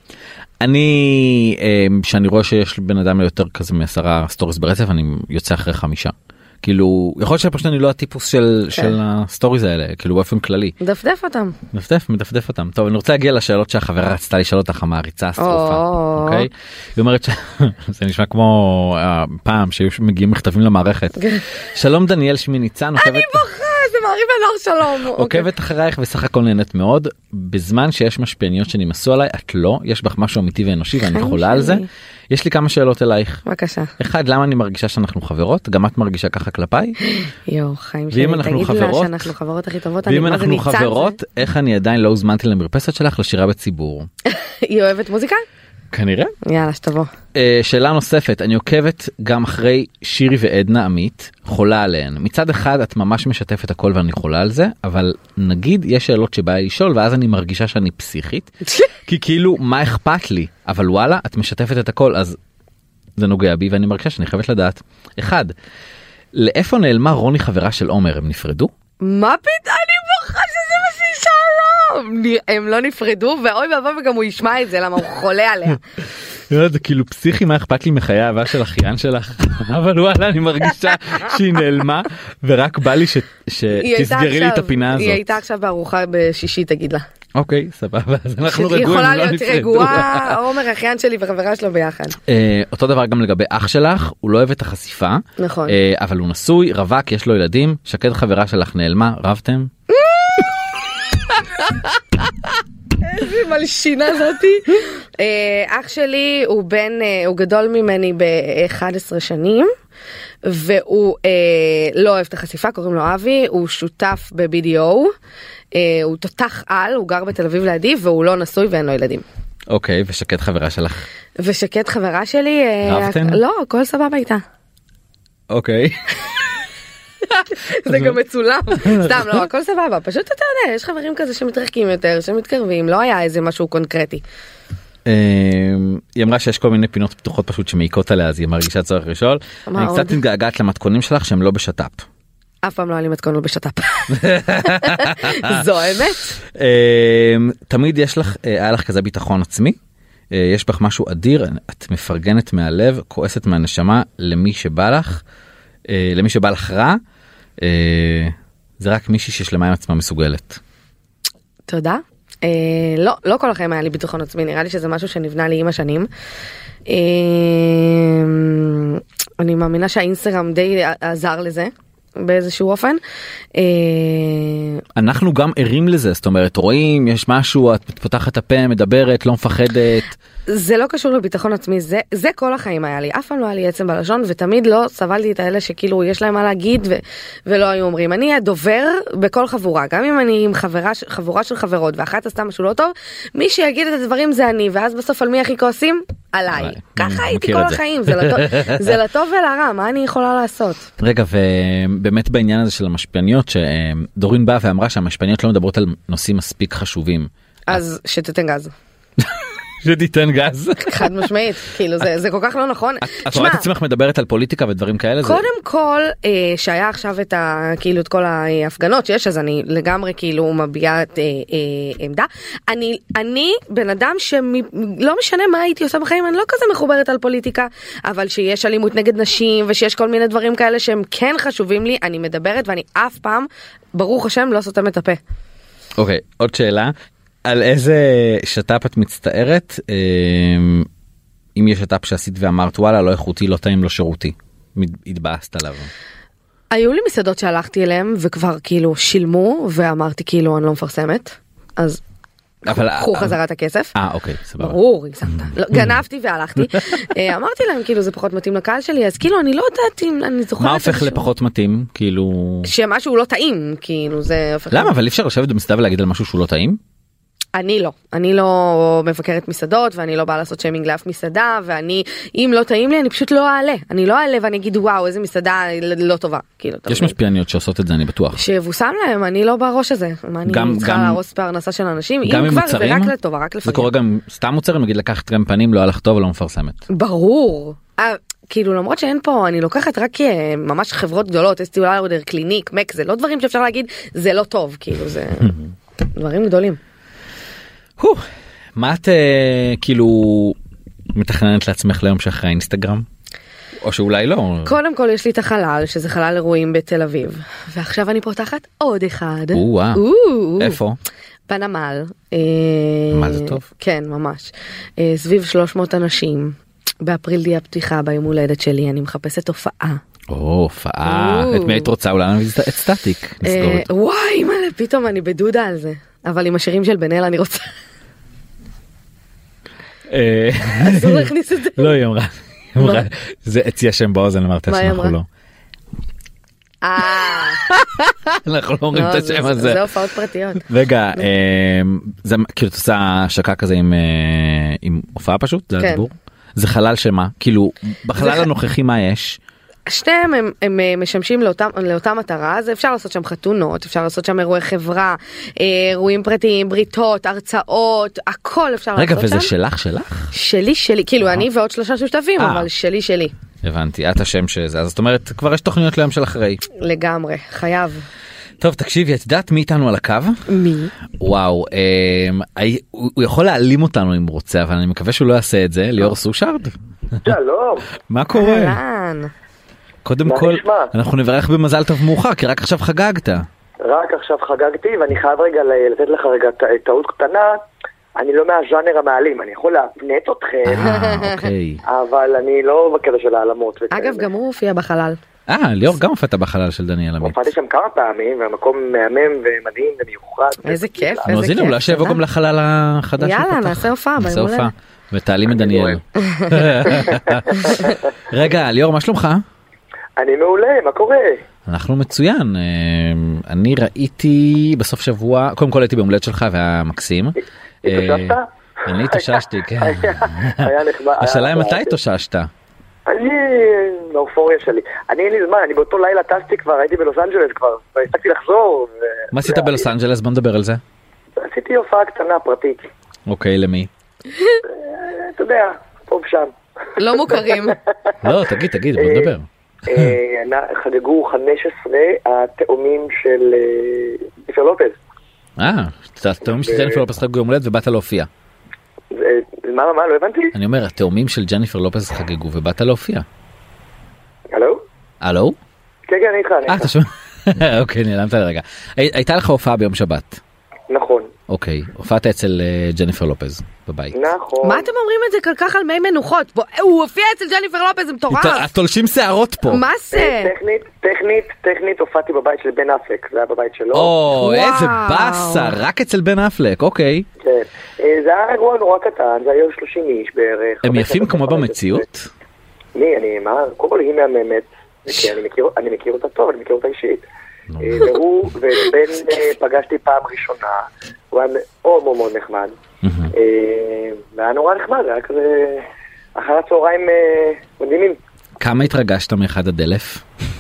שאני רואה שיש בן אדם יותר כזה מ10 סטוריס ברצף, אני יוצא אחרי 5. כאילו, יכול להיות שפשוט אני לא הטיפוס של הסטוריס האלה, כאילו באופן כללי. מדפדף אותם. מדפדף אותם. טוב, אני רוצה להגיע לשאלות שהחברה רצתה לשאול אותך, המעריצה הסטרופה, אוקיי? היא אומרת זה נשמע כמו פעם שהיו מגיעים מכתבים למערכת. שלום דניאל, שמי ניצן. אני בוכה, איזה בנוער שלום. עוקבת אחרייך וסך הכל נהנית מאוד, בזמן שיש משפיעניות שנמסו עליי, את לא, יש בך משהו אמיתי ואנושי ואני חולה על זה. יש לי כמה שאלות אלייך. בבקשה. אחד, למה אני מרגישה שאנחנו חברות? גם את מרגישה ככה כלפיי? יואו, חיים שלי, תגיד לה שאנחנו חברות הכי טובות. ואם אנחנו חברות, איך אני עדיין לא הוזמנתי למרפסת שלך לשירה בציבור? היא אוהבת מוזיקה? כנראה. יאללה, שתבוא. שאלה נוספת, אני עוקבת גם אחרי שירי ועדנה עמית, חולה עליהן. מצד אחד את ממש משתפת הכל ואני חולה על זה, אבל נגיד יש שאלות שבא לי לשאול ואז אני מרגישה שאני פסיכית, כי כאילו מה אכפת לי, אבל וואלה את משתפת את הכל אז זה נוגע בי ואני מרגישה שאני חייבת לדעת. אחד, לאיפה נעלמה רוני חברה של עומר, הם נפרדו? מה פתאום? אני בוכה שזה מה שהיא שאלה. הם לא נפרדו ואוי ואבוי וגם הוא ישמע את זה למה הוא חולה עליה. זה כאילו פסיכי, מה אכפת לי מחיי האהבה של אחיין שלך, אבל וואלה אני מרגישה שהיא נעלמה ורק בא לי שתסגרי לי את הפינה הזאת. היא הייתה עכשיו בארוחה בשישי תגיד לה. אוקיי סבבה, אז אנחנו רגועים, היא יכולה להיות רגועה, עומר אחיין שלי וחברה שלו ביחד. אותו דבר גם לגבי אח שלך, הוא לא אוהב את החשיפה, נכון, אבל הוא נשוי, רווק, יש לו ילדים. שקד חברה שלך נעלמה, רבתם? איזה מלשינה זאתי. אח שלי הוא גדול ממני ב-11 שנים והוא לא אוהב את החשיפה, קוראים לו אבי, הוא שותף ב-BDO, הוא תותח על, הוא גר בתל אביב לידי והוא לא נשוי ואין לו ילדים. אוקיי, ושקד חברה שלך? ושקד חברה שלי, רבתם? לא, הכל סבבה איתה. אוקיי. זה גם מצולם, סתם לא, הכל סבבה, פשוט אתה יודע, יש חברים כזה שמתרחקים יותר, שמתקרבים, לא היה איזה משהו קונקרטי. היא אמרה שיש כל מיני פינות פתוחות פשוט שמעיקות עליה, אז היא מרגישה צורך לשאול. אני קצת מתגעגעת למתכונים שלך שהם לא בשת"פ. אף פעם לא היה לי מתכון לא בשת"פ. זו האמת. תמיד יש לך, היה לך כזה ביטחון עצמי, יש בך משהו אדיר, את מפרגנת מהלב, כועסת מהנשמה למי שבא לך, למי שבא לך רע, זה רק מישהי ששלמה עם עצמה מסוגלת. תודה. לא כל החיים היה לי ביטחון עצמי, נראה לי שזה משהו שנבנה לי עם השנים. אני מאמינה שהאינסטגרם די עזר לזה באיזשהו אופן. אנחנו גם ערים לזה, זאת אומרת, רואים, יש משהו, את פותחת הפה, מדברת, לא מפחדת. זה לא קשור לביטחון עצמי, זה כל החיים היה לי, אף פעם לא היה לי עצם בלשון, ותמיד לא סבלתי את האלה שכאילו יש להם מה להגיד ולא היו אומרים. אני הדובר בכל חבורה, גם אם אני עם חבורה של חברות, ואחת עשתה משהו לא טוב, מי שיגיד את הדברים זה אני, ואז בסוף על מי הכי כועסים? עליי. ככה הייתי כל החיים, זה לטוב ולרע, מה אני יכולה לעשות? רגע, ובאמת בעניין הזה של המשפיעניות, שדורין באה ואמרה שהמשפיעניות לא מדברות על נושאים מספיק חשובים. אז שתתן גז. שתיתן גז. חד משמעית, כאילו זה כל כך לא נכון. את רואה את עצמך מדברת על פוליטיקה ודברים כאלה? קודם כל, שהיה עכשיו כאילו את כל ההפגנות שיש, אז אני לגמרי כאילו מביעה את עמדה. אני בן אדם שלא משנה מה הייתי עושה בחיים, אני לא כזה מחוברת על פוליטיקה, אבל שיש אלימות נגד נשים, ושיש כל מיני דברים כאלה שהם כן חשובים לי, אני מדברת ואני אף פעם, ברוך השם, לא סותם את הפה. אוקיי, עוד שאלה. על איזה שטאפ את מצטערת, אם יש שטאפ שעשית ואמרת וואלה לא איכותי, לא טעים, לא שירותי, התבאסת עליו? היו לי מסעדות שהלכתי אליהם וכבר כאילו שילמו ואמרתי כאילו אני לא מפרסמת, אז קחו חזרה את הכסף. אוקיי, סבבה. ברור, גנבתי והלכתי. אמרתי להם כאילו זה פחות מתאים לקהל שלי, אז כאילו אני לא יודעת אם אני זוכרת. מה הופך לפחות מתאים? כאילו שמשהו לא טעים, כאילו זה הופך. למה? אבל אי אפשר לשבת במסעדה ולהגיד על משהו שהוא לא טעים? אני לא מבקרת מסעדות ואני לא באה לעשות שיימינג לאף מסעדה, ואני אם לא טעים לי אני פשוט לא אעלה, ואני אגיד וואו איזה מסעדה לא טובה. יש משפיעניות שעושות את זה, אני בטוח. שיבוסם להם, אני לא בראש הזה, אני צריכה להרוס פרנסה של אנשים, אם כבר זה רק לטובה, רק לפגר. זה קורה גם סתם מוצרים, נגיד לקחת גם פנים, לא הלך טוב ולא מפרסמת. ברור. כאילו למרות שאין פה, אני לוקחת רק ממש חברות גדולות, אסטי לאודר, קליניק, מק, זה לא דברים שאפשר להגיד זה לא טוב, כאילו זה דברים גדולים. מה את כאילו מתכננת לעצמך ליום שאחרי האינסטגרם? או שאולי לא? קודם כל יש לי את החלל, שזה חלל אירועים בתל אביב, ועכשיו אני פותחת עוד אחד. איפה? בנמל. מה זה טוב? כן, ממש. סביב 300 אנשים. באפריל תהיה הפתיחה ביום הולדת שלי, אני מחפשת הופעה. הופעה. את מי היית רוצה? אולי נביא את סטטיק. וואי, מלא, פתאום אני בדודה על זה. אבל עם השירים של בן אל אני רוצה. אסור להכניס את זה. לא, היא אמרה. זה הציע שם באוזן, אמרת שאנחנו לא. אנחנו לא אומרים את השם הזה. זה הופעות פרטיות. רגע, זה כאילו תעשה השקה כזה עם הופעה פשוט? זה הדיבור? זה חלל שמה? כאילו, בחלל הנוכחי מה יש? שניהם הם משמשים לאותה מטרה, אז אפשר לעשות שם חתונות, אפשר לעשות שם אירועי חברה, אירועים פרטיים, בריתות, הרצאות, הכל אפשר לעשות שם. רגע, וזה שלך? שלי, כאילו אני ועוד 3 שותפים, אבל שלי. הבנתי, את השם שזה, אז זאת אומרת, כבר יש תוכניות ליום של אחרי. לגמרי, חייב. טוב, תקשיבי, את יודעת מי איתנו על הקו? מי? וואו, הוא יכול להעלים אותנו אם הוא רוצה, אבל אני מקווה שהוא לא יעשה את זה. ליאור סושארד? שלום. מה קורה? אהלן. קודם כל, אנחנו נברך במזל טוב מאוחר, כי רק עכשיו חגגת. רק עכשיו חגגתי, ואני חייב רגע לתת לך רגע טעות קטנה. אני לא מהז'אנר המעלים, אני יכול להפנט אתכם, אוקיי. אבל אני לא בקטע של העלמות. אגב, גם הוא הופיע בחלל. ליאור גם הופעת בחלל של דניאל עמית. הופעתי שם כמה פעמים, והמקום מהמם ומדהים ומיוחד. איזה כיף, איזה אז הנה, אולי שיבוא גם לחלל החדש. יאללה, נעשה הופעה. נעשה הופעה, ותעלים את דניאל. רגע, ליאור, מה שלומך? אני מעולה, מה קורה? אנחנו מצוין. אני ראיתי בסוף שבוע, קודם כל הייתי במולדת שלך והיה מקסים. התאוששת? אני התאוששתי, כן. היה נחמד. השאלה מתי התאוששת? אני באופוריה שלי. אין לי זמן, אני באותו לילה טסתי כבר, הייתי בלוס אנג'לס כבר, והפסקתי לחזור. מה עשית בלוס אנג'לס? בוא נדבר על זה. עשיתי הופעה קטנה פרטית. אוקיי, למי? אתה יודע, פה ושם. לא מוכרים. לא, תגיד, בוא נדבר. חגגו 15 התאומים של ג'ניפר לופז. התאומים של ג'ניפר לופז חגגו יום הולדת ובאת להופיע. מה, לא הבנתי? אני אומר, התאומים של ג'ניפר לופז חגגו ובאת להופיע. הלו? כן, אני איתך. אתה שומע? אוקיי, נעלמת לרגע. הייתה לך הופעה ביום שבת. נכון. אוקיי, הופעת אצל ג'ניפר לופז בבית. נכון. מה אתם אומרים את זה כל כך על מי מנוחות? הוא הופיע אצל ג'ניפר לופז, זה מטורף. תולשים שערות פה. מה זה? טכנית הופעתי בבית של בן אפלק, זה היה בבית שלו. איזה באסה, רק אצל בן אפלק, אוקיי. כן, זה היה אירוע נורא קטן, זה היה 30 איש בערך. הם יפים כמו במציאות? קודם כל היא מהממת, כי אני מכיר אותה טוב, אני מכיר אותה אישית. והוא ובן פגשתי פעם ראשונה, הוא היה מאוד מאוד מאוד נחמד, והיה נורא נחמד, היה כזה אחר הצהריים מדהימים. כמה התרגשת מאחד עד 1000?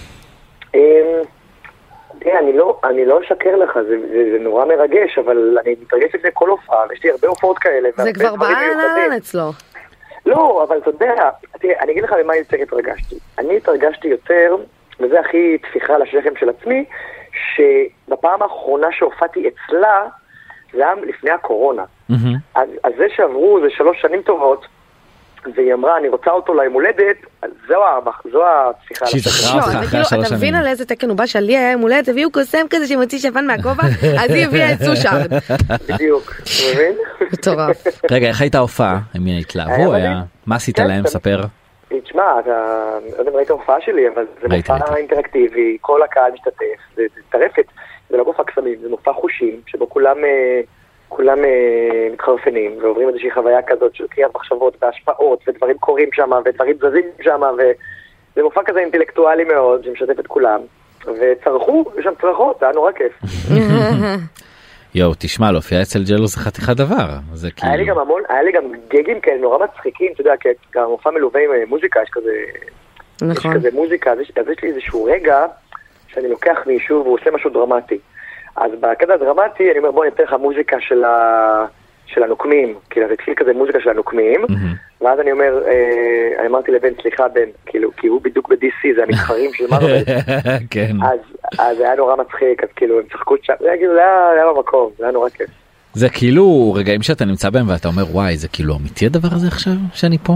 אני לא אשקר לך, זה נורא מרגש, אבל אני מתרגש את זה כל הופעה, ויש לי הרבה הופעות כאלה. זה כבר בעל אצלו. לא, אבל אתה יודע, אני אגיד לך במה יותר התרגשתי. אני התרגשתי יותר, וזה הכי תפיחה לשכם של עצמי, שבפעם האחרונה שהופעתי אצלה, זה היה לפני הקורונה. אז זה שעברו, זה 3 שנים טובות, והיא אמרה, אני רוצה אותו ליום הולדת, זו התפיחה לשכם. אתה מבין על איזה תקן הוא בא שלי היה יום הולדת, הביאו קוסם כזה שמוציא שפן מהכובע, אז היא הביאה את סושארד. בדיוק, מבין? מטורף. רגע, איך הייתה הופעה? הם התלהבו? מה עשית להם? ספר. תשמע, לא יודע אם ראית הופעה שלי, אבל זה מופע אינטראקטיבי, כל הקהל משתתף, זה טרפת, זה לא מופע קסמים, זה מופע חושים, שבו כולם מתחרפנים, ועוברים איזושהי חוויה כזאת של קריאת מחשבות והשפעות, ודברים קורים שם, ודברים זזים שם, וזה מופע כזה אינטלקטואלי מאוד, שמשתף את כולם, וצרכו, יש שם צרכות, זה היה נורא כיף. יואו, תשמע, להופיע אצל ג'לו זה חתיכת דבר. היה לי גם גגים כאלה נורא מצחיקים, אתה יודע, כי המופע מלווה עם מוזיקה, יש כזה מוזיקה, אז יש לי איזשהו רגע שאני לוקח מישהו והוא עושה משהו דרמטי. אז בקטע הדרמטי אני אומר, בוא ניתן לך מוזיקה של הנוקמים, כאילו זה התחיל כזה מוזיקה של הנוקמים, ואז אני אומר, אני אמרתי לבן, סליחה בן, כאילו, כי הוא בדיוק ב-DC, זה המתחרים של מרוויל. כן. אז זה היה נורא מצחיק, אז כאילו, הם צחקו שם, זה היה במקום, זה היה נורא כיף. זה כאילו רגעים שאתה נמצא בהם ואתה אומר, וואי, זה כאילו אמיתי הדבר הזה עכשיו, שאני פה?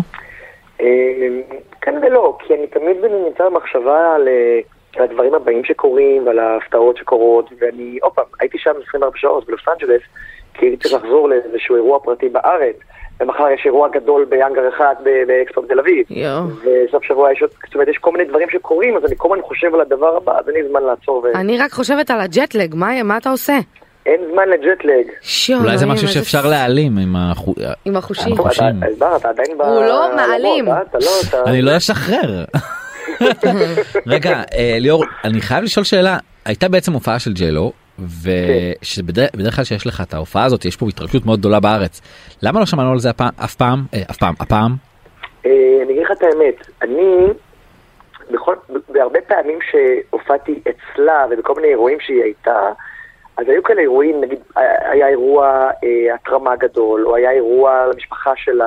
כן ולא, כי אני תמיד נמצא במחשבה על הדברים הבאים שקורים ועל ההפתעות שקורות, ואני, הייתי שם 24 שעות בלוס אנג'לס, כי הייתי צריך לחזור לאיזשהו אירוע פרטי בארץ, ומחר יש אירוע גדול ביאנגר אחד באקספו בתל אביב. וסוף שבוע יש כל מיני דברים שקורים, אז אני כל הזמן חושב על הדבר הבא, אז אין לי זמן לעצור. אני רק חושבת על הג'טלג, מה אתה עושה? אין זמן לג'טלג. אולי זה משהו שאפשר להעלים עם החושים. אתה עדיין הוא לא מעלים. אני לא אשחרר. רגע, ליאור, אני חייב לשאול שאלה. הייתה בעצם הופעה של ג'לו, ושבדרך כלל שיש לך את ההופעה הזאת, יש פה התרגשות מאוד גדולה בארץ. למה לא שמענו על זה הפעם? אני אגיד לך את האמת, אני בהרבה פעמים שהופעתי אצלה ובכל מיני אירועים שהיא הייתה, אז היו כאלה אירועים, נגיד היה אירוע התרמה גדול, או היה אירוע למשפחה שלה,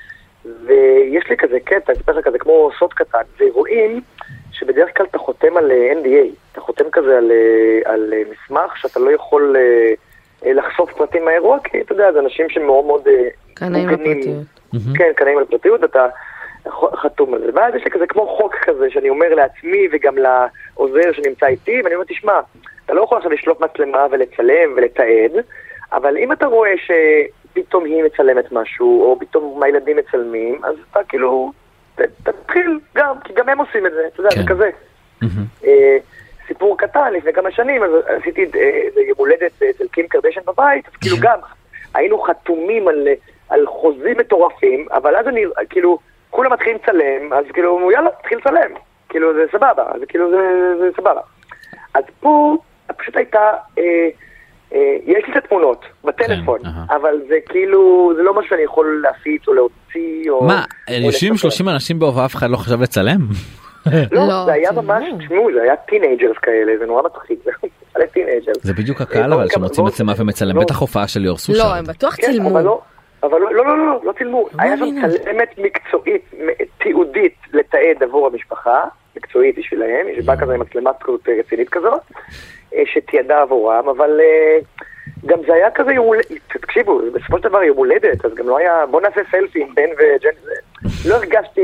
ויש לי כזה קטע, כזה כמו סוד קטן, זה אירועים שבדרך כלל אתה חותם על NDA, אתה חותם כזה על מסמך שאתה לא יכול לחשוף פרטים מהאירוע, כי אתה יודע, זה אנשים שמאוד מאוד קנאים לפרטיות. כן, קנאים לפרטיות, אתה חתום על זה. ואז יש לי כזה כמו חוק כזה, שאני אומר לעצמי וגם לעוזר שנמצא איתי, ואני אומר, תשמע, אתה לא יכול עכשיו לשלוף מצלמה ולצלם ולתעד, אבל אם אתה רואה שפתאום היא מצלמת משהו, או פתאום הילדים מצלמים, אז אתה כאילו, תתחיל גם, כי גם הם עושים את זה, אתה יודע, זה כזה. סיפור קטן, לפני כמה שנים, אז עשיתי יום הולדת אצל קים קרדשן בבית, אז כאילו גם היינו חתומים על חוזים מטורפים, אבל אז אני, כאילו, כולם מתחילים לצלם, אז כאילו, יאללה, תתחיל לצלם. כאילו, זה סבבה, אז כאילו, זה סבבה. אז פה, פשוט הייתה, יש לי את התמונות בטלפון, אבל זה כאילו, זה לא משהו שאני יכול להפיץ או להוציא, או... מה, יושבים 30 אנשים בהופעה, אף אחד לא חשב לצלם? לא, זה היה ממש, תשמעו, זה היה טינאג'רס כאלה, זה נורא מצחיק, זה היה טינאג'רס. זה בדיוק הקהל, אבל שמוצאים מצלמה ומצלם, בטח הופעה של ליאור סושר. לא, הם בטוח צילמו. אבל לא צילמו. היה שם צלמת מקצועית, תיעודית לתעד עבור המשפחה, מקצועית בשבילהם, יש בא כזה עם מצלמה רצינית כזאת, שתיעדה עבורם, אבל גם זה היה כזה יום הולדת, תקשיבו, בסופו של דבר יום הולדת, אז גם לא היה, בוא נעשה סלפי עם בן וג'ן, לא הרגשתי...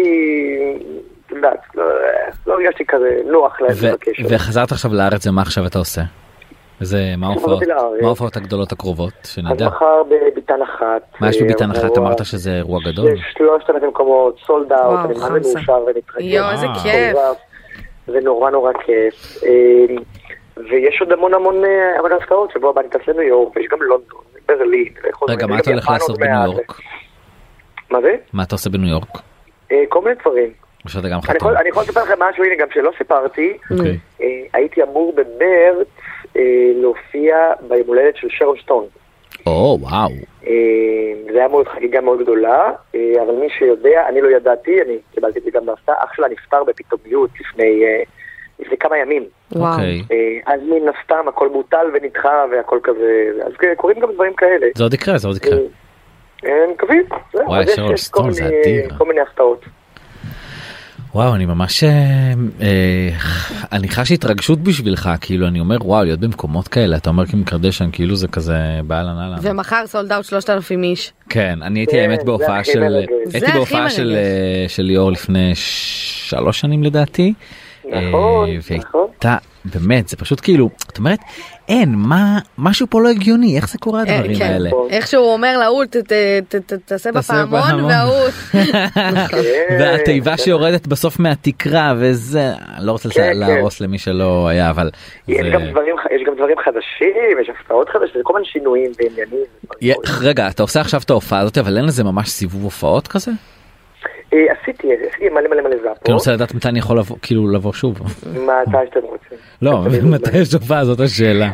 לא הרגשתי כזה נוח לבקש. וחזרת עכשיו לארץ, ומה עכשיו אתה עושה? מה ההופעות הגדולות הקרובות, שנדע? אז מחר בביתן אחת. מה יש בביתן אחת? אמרת שזה אירוע גדול? יש 3,000 מקומות, סולד אאוט, אני מה זה מאושר ונתרגל. יואו, איזה כיף. זה נורא כיף. ויש עוד המון הפתעות, שבו הבא נתעשה ניו יורק, ויש גם לונדון, ברלין. רגע, מה אתה הולך לעשות בניו יורק? מה זה? מה אתה עושה בניו יורק? כל מיני דברים. אני יכול לספר לכם משהו, הנה גם שלא סיפרתי, הייתי אמור במרץ להופיע ביום הולדת של שרון סטון. וואו. זה היה מאוד חגיגה מאוד גדולה, אבל מי שיודע, אני לא ידעתי, אני קיבלתי את זה גם בהפתעה, אח שלה נפטר בפתאומיות לפני כמה ימים. אז מן הסתם הכל בוטל ונדחה והכל כזה, אז קוראים גם דברים כאלה. זה עוד יקרה. מקווים. וואי, שרון סטון זה אדיר. כל מיני הפתעות. וואו, אני ממש, אני חש התרגשות בשבילך, כאילו אני אומר, וואו, להיות במקומות כאלה, אתה אומר קים קרדשן, כאילו זה כזה באלן אלן. ומחר סולד אאוט 3,000 איש. כן, אני הייתי האמת בהופעה של ליאור לפני 3 שנים לדעתי. נכון. והייתה, באמת, זה פשוט כאילו, את אומרת, אין, משהו פה לא הגיוני, איך זה קורה הדברים האלה? איך שהוא אומר להוא, תעשה בפעמון והוא. והתיבה שיורדת בסוף מהתקרה, וזה, לא רוצה להרוס למי שלא היה, אבל... יש גם דברים חדשים, יש הפתעות חדשות, זה כל מיני שינויים ועניינים. רגע, אתה עושה עכשיו את ההופעה הזאת, אבל אין לזה ממש סיבוב הופעות כזה? עשיתי מלא זאפו. כי אני רוצה לדעת מתי אני יכול לבוא שוב. מתי שאתם רוצים. לא, מתי יש הופעה, זאת השאלה.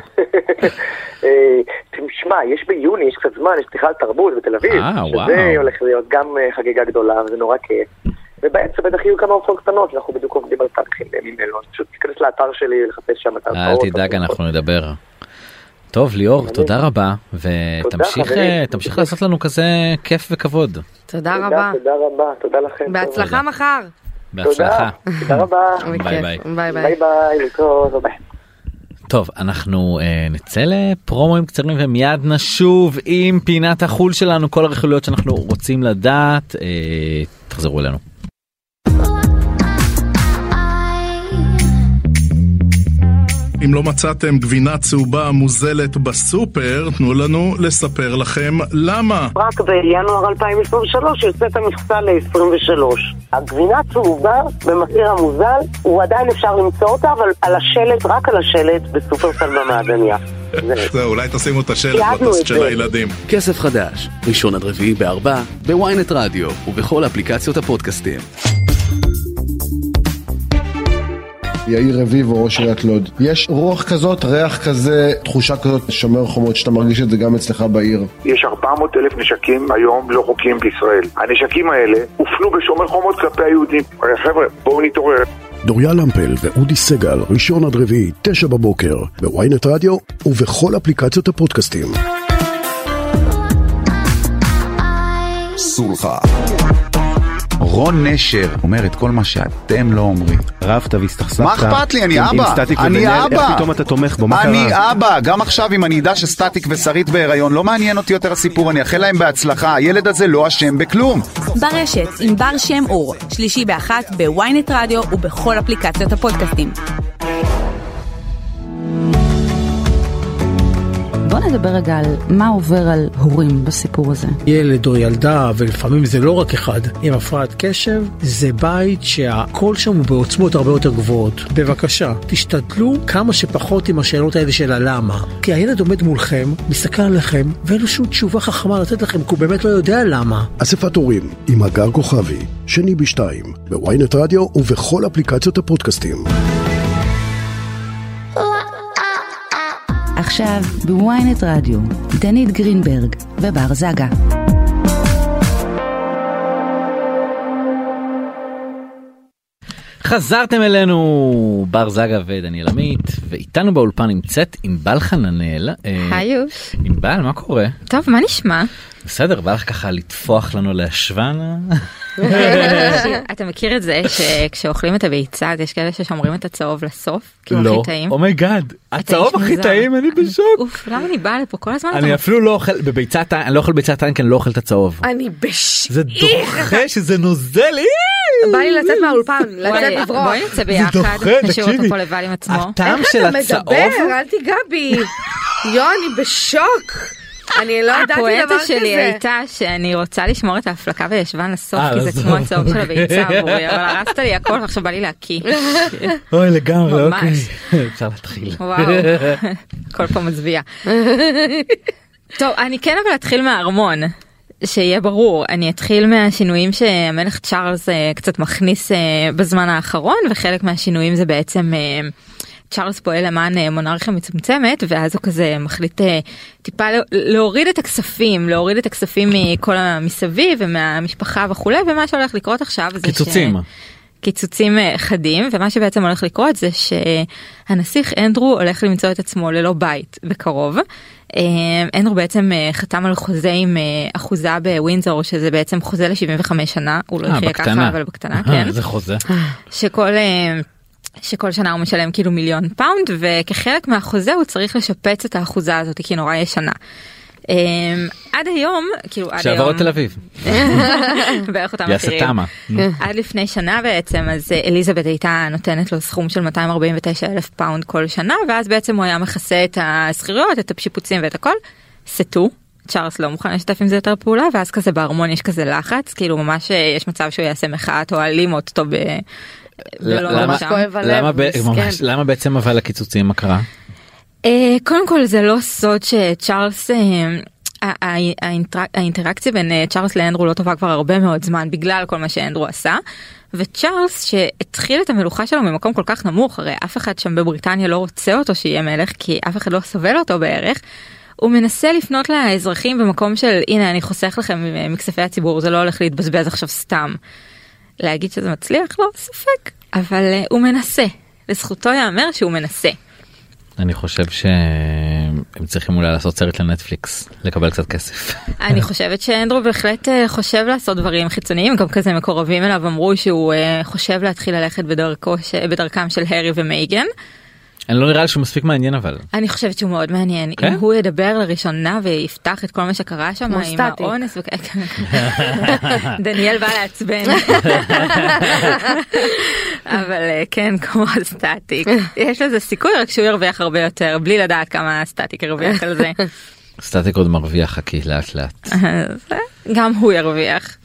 תשמע, יש ביוני, יש קצת זמן, יש פתיחה על תרבות בתל אביב, שזה הולך להיות גם חגיגה גדולה, וזה נורא כיף. ובעצם בטח יהיו כמה הופעות קטנות, אנחנו בדיוק עובדים על תאריכים בימים אלו, פשוט תיכנס לאתר שלי ולחפש שם את ההופעות. אל תדאג, אנחנו נדבר. טוב, ליאור, תודה רבה, ותמשיך לעשות לנו כזה כיף וכבוד. תודה רבה. תודה לכם. בהצלחה מחר. בהצלחה. תודה רבה. ביי. טוב, אנחנו נצא לפרומואים קצרים ומיד נשוב עם פינת החול שלנו, כל הרכילויות שאנחנו רוצים לדעת. תחזרו אלינו. אם לא מצאתם גבינה צהובה מוזלת בסופר, תנו לנו לספר לכם למה. רק בינואר 2023 יוצאת המכסה ל-23. הגבינה צהובה במחיר המוזל, הוא עדיין אפשר למצוא אותה, אבל על השלט, רק על השלט, בסופרסל במעדניה. זהו, אולי תשימו את השלט בטוסט של הילדים. כסף חדש, ראשון עד רביעי ב-4, בוויינט רדיו ובכל אפליקציות הפודקאסטים. יאיר רביבו, ראש עיריית לוד. יש רוח כזאת, ריח כזה, תחושה כזאת, שומר חומות, שאתה מרגיש את זה גם אצלך בעיר. יש 400,000 נשקים היום לא חוקיים בישראל. הנשקים האלה הופנו בשומר חומות כלפי היהודים. חבר'ה, בואו נתעורר. דוריה למפל ואודי סגל, ראשון עד רביעי, 9 בבוקר, בוויינט רדיו ובכל אפליקציות הפודקאסטים. סולחה. רון נשר אומר את כל מה שאתם לא אומרים. רבת והסתכסכת. מה אכפת לי? אני אבא. אני אבא. איך פתאום אתה תומך בו? מה קרה? אני אבא. גם עכשיו אם אני אדע שסטטיק ושרית בהיריון, לא מעניין אותי יותר הסיפור, אני אאחל להם בהצלחה. הילד הזה לא אשם בכלום. ברשת עם בר שם אור, שלישי באחת בוויינט רדיו ובכל אפליקציות הפודקאסטים. בוא נדבר רגע על מה עובר על הורים בסיפור הזה. ילד או ילדה, ולפעמים זה לא רק אחד, עם הפרעת קשב, זה בית שהכל שם הוא בעוצמות הרבה יותר גבוהות. בבקשה, תשתדלו כמה שפחות עם השאלות האלה של הלמה. כי הילד עומד מולכם, מסתכל עליכם, ואין לו שום תשובה חכמה לתת לכם, כי הוא באמת לא יודע למה. אספת הורים עם הגר כוכבי, שני ב2, בוויינט רדיו ובכל אפליקציות הפודקאסטים. עכשיו בוויינט רדיו, דנית גרינברג ובר זגה. חזרתם אלינו, בר זגה ודניאל עמית, ואיתנו באולפן נמצאת ענבל חננאל. היי. ענבל, מה קורה? טוב, מה נשמע? בסדר, בא לך ככה לטפוח לנו להשוון? אתה מכיר את זה שכשאוכלים את הביצה, יש כאלה ששומרים את הצהוב לסוף? לא, אומייגאד, הצהוב הכי טעים, אני בשוק. אוף, למה אני באה לפה כל הזמן? אני אפילו לא אוכל, בביצת, אני לא אוכל ביצת עין, כי אני לא אוכל את הצהוב. אני בשוק. זה דוחה שזה נוזל. בא לי לצאת מהאולפן, לצאת לברוח. בואי נצא ביחד, נשאיר אותו פה לבד עם עצמו. הטעם של הצהוב? איך אתה מדבר? אל תיגע בי. יו, אני בשוק. אני לא ידעתי דבר כזה. הפואנטה שלי הייתה שאני רוצה לשמור את ההפלקה וישבן לסוף, כי זה כמו הצהוב של הביצה עבורי, אבל הרסת לי הכל ועכשיו בא לי להקיא. אוי, לגמרי, אוקיי. אפשר להתחיל. וואו, כל פעם מצביע. טוב, אני כן אבל אתחיל מהארמון, שיהיה ברור. אני אתחיל מהשינויים שהמלך צ'ארלס קצת מכניס בזמן האחרון, וחלק מהשינויים זה בעצם... צ'ארלס פועל למען מונרכיה מצומצמת, ואז הוא כזה מחליט טיפה להוריד את הכספים מכל המסביב ומהמשפחה וכולי, ומה שהולך לקרות עכשיו זה קיצוצים חדים, ומה שבעצם הולך לקרות זה שהנסיך אנדרו הולך למצוא את עצמו ללא בית בקרוב. אנדרו בעצם חתם על חוזה עם אחוזה בווינזור, שזה בעצם חוזה ל-75 שנה, הוא לא יחיה ככה, אבל בקטנה, כן. זה חוזה. שכל שנה הוא משלם כאילו $1,000,000, וכחלק מהחוזה הוא צריך לשפץ את האחוזה הזאת, כי נורא ישנה. עד היום, כאילו עד היום... שעבור לתל אביב. בערך אותם מחירים. עד לפני שנה בעצם, אז אליזבת הייתה נותנת לו סכום של $249,000 כל שנה, ואז בעצם הוא היה מכסה את הסחירויות, את השיפוצים ואת הכל. סטו. צ'ארלס לא מוכן לשתף עם זה יותר פעולה, ואז כזה בארמון יש כזה לחץ, כאילו ממש יש מצב שהוא יעשה מחאת או אלימות אותו למה בעצם אבל הקיצוצים מה קרה? קודם כל זה לא סוד שצ'ארלס, האינטראקציה בין צ'ארלס לאנדרו לא טובה כבר הרבה מאוד זמן בגלל כל מה שאנדרו עשה, וצ'ארלס שהתחיל את המלוכה שלו ממקום כל כך נמוך, הרי אף אחד שם בבריטניה לא רוצה אותו שיהיה מלך, כי אף אחד לא סובל אותו בערך, הוא מנסה לפנות לאזרחים במקום של הנה אני חוסך לכם מכספי הציבור, זה לא הולך להתבזבז עכשיו סתם. להגיד שזה מצליח? לא, ספק. אבל הוא מנסה. לזכותו יאמר שהוא מנסה. אני חושב שהם צריכים אולי לעשות סרט לנטפליקס, לקבל קצת כסף. אני חושבת שאנדרו בהחלט חושב לעשות דברים חיצוניים, גם כזה מקורבים אליו אמרו שהוא חושב להתחיל ללכת בדרכם של הרי ומייגן. אני לא נראה לי שהוא מספיק מעניין אבל. אני חושבת שהוא מאוד מעניין. אם הוא ידבר לראשונה ויפתח את כל מה שקרה שם עם האונס. דניאל בא לעצבן. אבל כן, כמו סטטיק. יש לזה סיכוי רק שהוא ירוויח הרבה יותר, בלי לדעת כמה סטטיק ירוויח על זה. סטטיק עוד מרוויח, חכי לאט לאט. גם הוא ירוויח.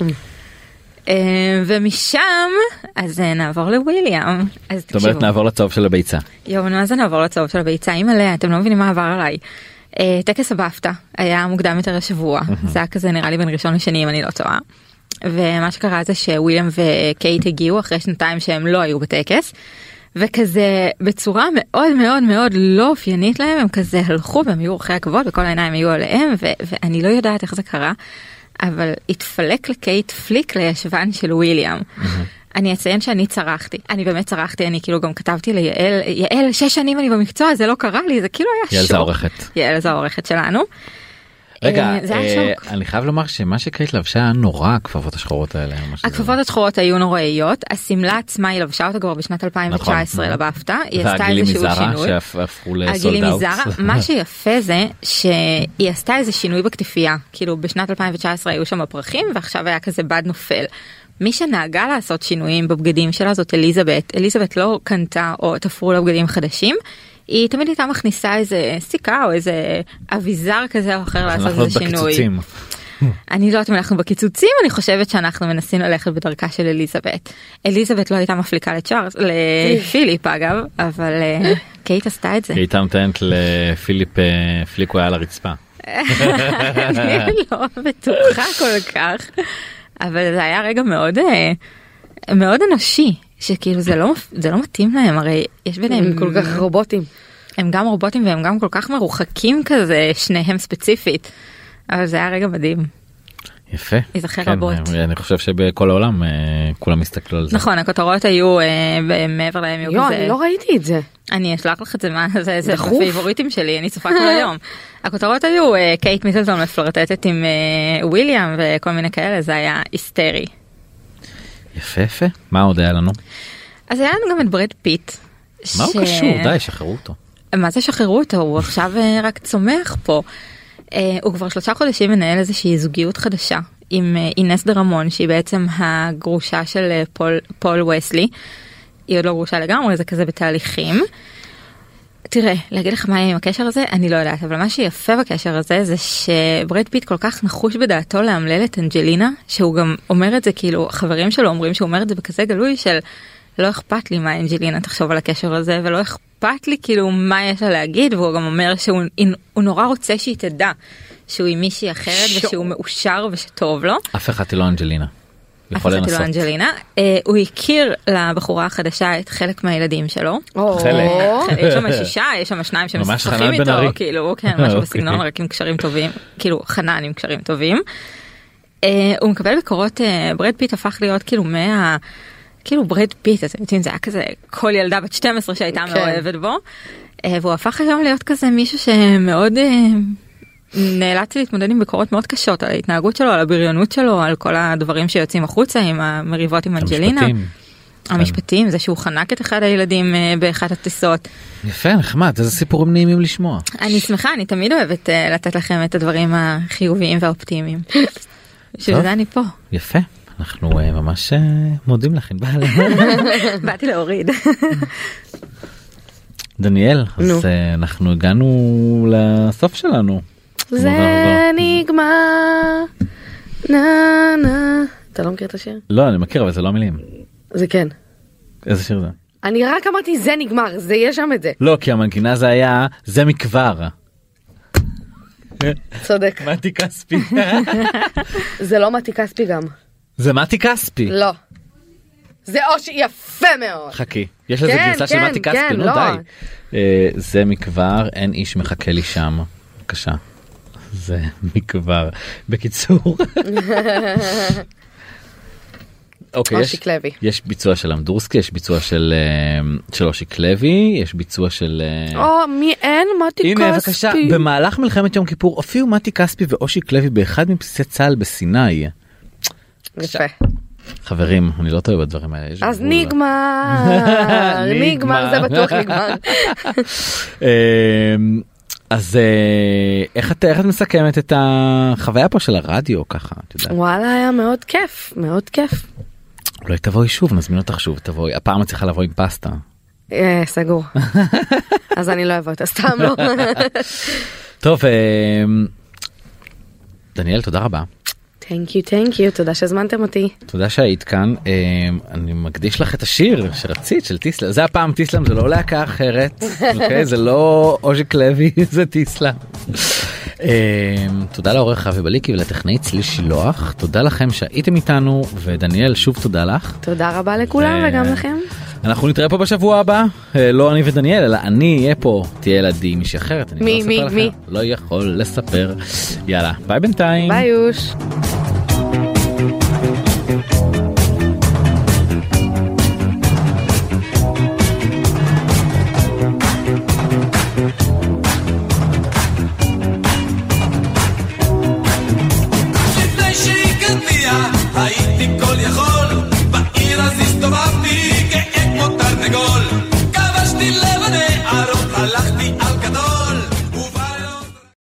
ומשם אז נעבור לוויליאם. זאת אומרת נעבור לצהוב של הביצה. יואו, מה זה נעבור לצהוב של הביצה? אם עליה, אתם לא מבינים מה עבר עליי. טקס הבאפטה היה מוקדם יותר השבוע. זה היה כזה נראה לי בין ראשון לשני אם אני לא טועה. ומה שקרה זה שוויליאם וקייט הגיעו אחרי שנתיים שהם לא היו בטקס. וכזה בצורה מאוד מאוד מאוד לא אופיינית להם, הם כזה הלכו והם היו אורחי הכבוד וכל העיניים היו עליהם ואני לא יודעת איך זה קרה. אבל התפלק לקייט פליק לישבן של וויליאם. אני אציין שאני צרחתי. אני באמת צרחתי, אני כאילו גם כתבתי ליעל, יעל, 6 שנים אני במקצוע, זה לא קרה לי, זה כאילו היה שוק. יעל זה העורכת. יעל זה העורכת שלנו. רגע, אני חייב לומר שמה שקייט לבשה היה נורא, הכפפות השחורות האלה. הכפפות השחורות היו נוראיות, השמלה עצמה היא לבשה אותה כבר בשנת 2019 לבאפטה, היא עשתה איזשהו שינוי. הגילים מזרה, מה שיפה זה שהיא עשתה איזה שינוי בכתיפייה, כאילו בשנת 2019 היו שם הפרחים ועכשיו היה כזה בד נופל. מי שנהגה לעשות שינויים בבגדים שלה זאת אליזבת. אליזבת לא קנתה או תפרו לה בגדים חדשים. היא תמיד הייתה מכניסה איזה סיכה או איזה אביזר כזה או אחר לעשות איזה שינוי. אני לא יודעת אם אנחנו בקיצוצים, אני חושבת שאנחנו מנסים ללכת בדרכה של אליזבת. אליזבת לא הייתה מפליקה לצ'ארלס, לפיליפ אגב, אבל קייט עשתה את זה. היא הייתה נותנת לפיליפ פליקו היה לרצפה. אני לא בטוחה כל כך, אבל זה היה רגע מאוד מאוד אנושי. שכאילו זה לא מתאים להם, הרי יש ביניהם הם כל כך רובוטים. הם גם רובוטים והם גם כל כך מרוחקים כזה, שניהם ספציפית. אבל זה היה רגע מדהים. יפה. יזכר רבות. אני חושב שבכל העולם כולם הסתכלו על זה. נכון, הכותרות היו מעבר להם. יו, אני לא ראיתי את זה. אני אשלח לך את זה, זה הפייבוריטים שלי, אני צופה כל היום. הכותרות היו קייט מידלטון מפלרטטת עם וויליאם וכל מיני כאלה, זה היה היסטרי. יפה יפה. מה עוד היה לנו? אז היה לנו גם את ברד פיט. מה הוא קשור? די, שחררו אותו. מה זה שחררו אותו? הוא עכשיו רק צומח פה. הוא כבר 3 חודשים מנהל איזושהי זוגיות חדשה עם אינס דרמון, שהיא בעצם הגרושה של פול וסלי. היא עוד לא גרושה לגמרי, זה כזה בתהליכים. תראה, להגיד לך מה יהיה עם הקשר הזה, אני לא יודעת, אבל מה שיפה בקשר הזה זה שברד פיט כל כך נחוש בדעתו להמלל את אנג'לינה, שהוא גם אומר את זה, כאילו, חברים שלו אומרים שהוא אומר את זה בכזה גלוי של לא אכפת לי מה אנג'לינה תחשוב על הקשר הזה, ולא אכפת לי כאילו מה יש לה להגיד, והוא גם אומר שהוא נורא רוצה שהיא תדע שהוא עם מישהי אחרת ושהוא מאושר ושטוב לו. אף אחד לא אנג'לינה. יכול לנסות. אנג'לינה. הוא הכיר לבחורה החדשה את חלק מהילדים שלו. חלק. יש שם 6, יש שם 2 שמשחקים איתו, כאילו, כן, משהו בסגנון, רק עם קשרים טובים, כאילו חנן עם קשרים טובים. הוא מקבל ביקורות, ברד פיט הפך להיות כאילו כאילו ברד פיט, אתם יודעים, זה היה כזה כל ילדה בת 12 שהייתה מאוהבת בו, והוא הפך היום להיות כזה מישהו שמאוד נאלץ להתמודד עם ביקורות מאוד קשות על ההתנהגות שלו, על הבריונות שלו, על כל הדברים שיוצאים החוצה עם המריבות עם אנג'לינה. המשפטים, זה שהוא חנק את אחד הילדים באחת הטיסות. יפה, נחמד, איזה סיפורים נעימים לשמוע. אני שמחה, אני תמיד אוהבת לתת לכם את הדברים החיוביים והאופטימיים. בשביל זה אני פה. יפה, אנחנו ממש מודים לכם. באתי להוריד. דניאל, אז אנחנו הגענו לסוף שלנו. זה נגמר. אתה לא מכיר את השיר? לא, אני מכיר, אבל זה לא המילים. זה כן. איזה שיר זה? אני רק אמרתי זה נגמר, זה יש שם את זה. לא, כי המנגינה זה היה זה מכבר. צודק. מתי כספי. זה לא מתי כספי גם. זה מתי כספי. לא. זה אושי יפה מאוד. חכי, יש לזה גרסה של מתי כספי, נו די. זה מכבר, אין איש מחכה לי שם. בבקשה. זה מכבר. בקיצור. אוקיי, יש ביצוע של אמדורסקי, יש ביצוע של אושיק לוי, יש ביצוע של... מי אין? מתי כספי. הנה, בבקשה, במהלך מלחמת יום כיפור הופיעו מתי כספי ואושיק לוי באחד מבסיסי צה"ל בסיני. יפה. חברים, אני לא טועה בדברים האלה. אז נגמר, זה בטוח נגמר. אז איך את מסכמת את החוויה פה של הרדיו ככה? וואלה, היה מאוד כיף, מאוד כיף. אולי תבואי שוב, נזמין אותך שוב, תבואי. הפעם את צריכה לבוא עם פסטה. סגור. אז אני לא אבוא אותה, סתם לא. טוב, דניאל, תודה רבה. Thank you, תודה שהזמנתם אותי. תודה שהיית כאן. אני מקדיש לך את השיר שרצית של טיסלאם. זה הפעם טיסלאם, זה לא להקה אחרת, אוקיי? זה לא אוז'יק לוי, זה טיסלאם. תודה לעורך אבי בליקי ולטכנאי צלי שילוח. תודה לכם שהייתם איתנו, ודניאל, שוב תודה לך. תודה רבה לכולם וגם לכם. אנחנו נתראה פה בשבוע הבא, לא אני ודניאל, אלא אני אהיה פה, תהיה ילדי מישהי אחרת. מי? לא יכול לספר. יאללה, ביי בינתיים. ביי יוש.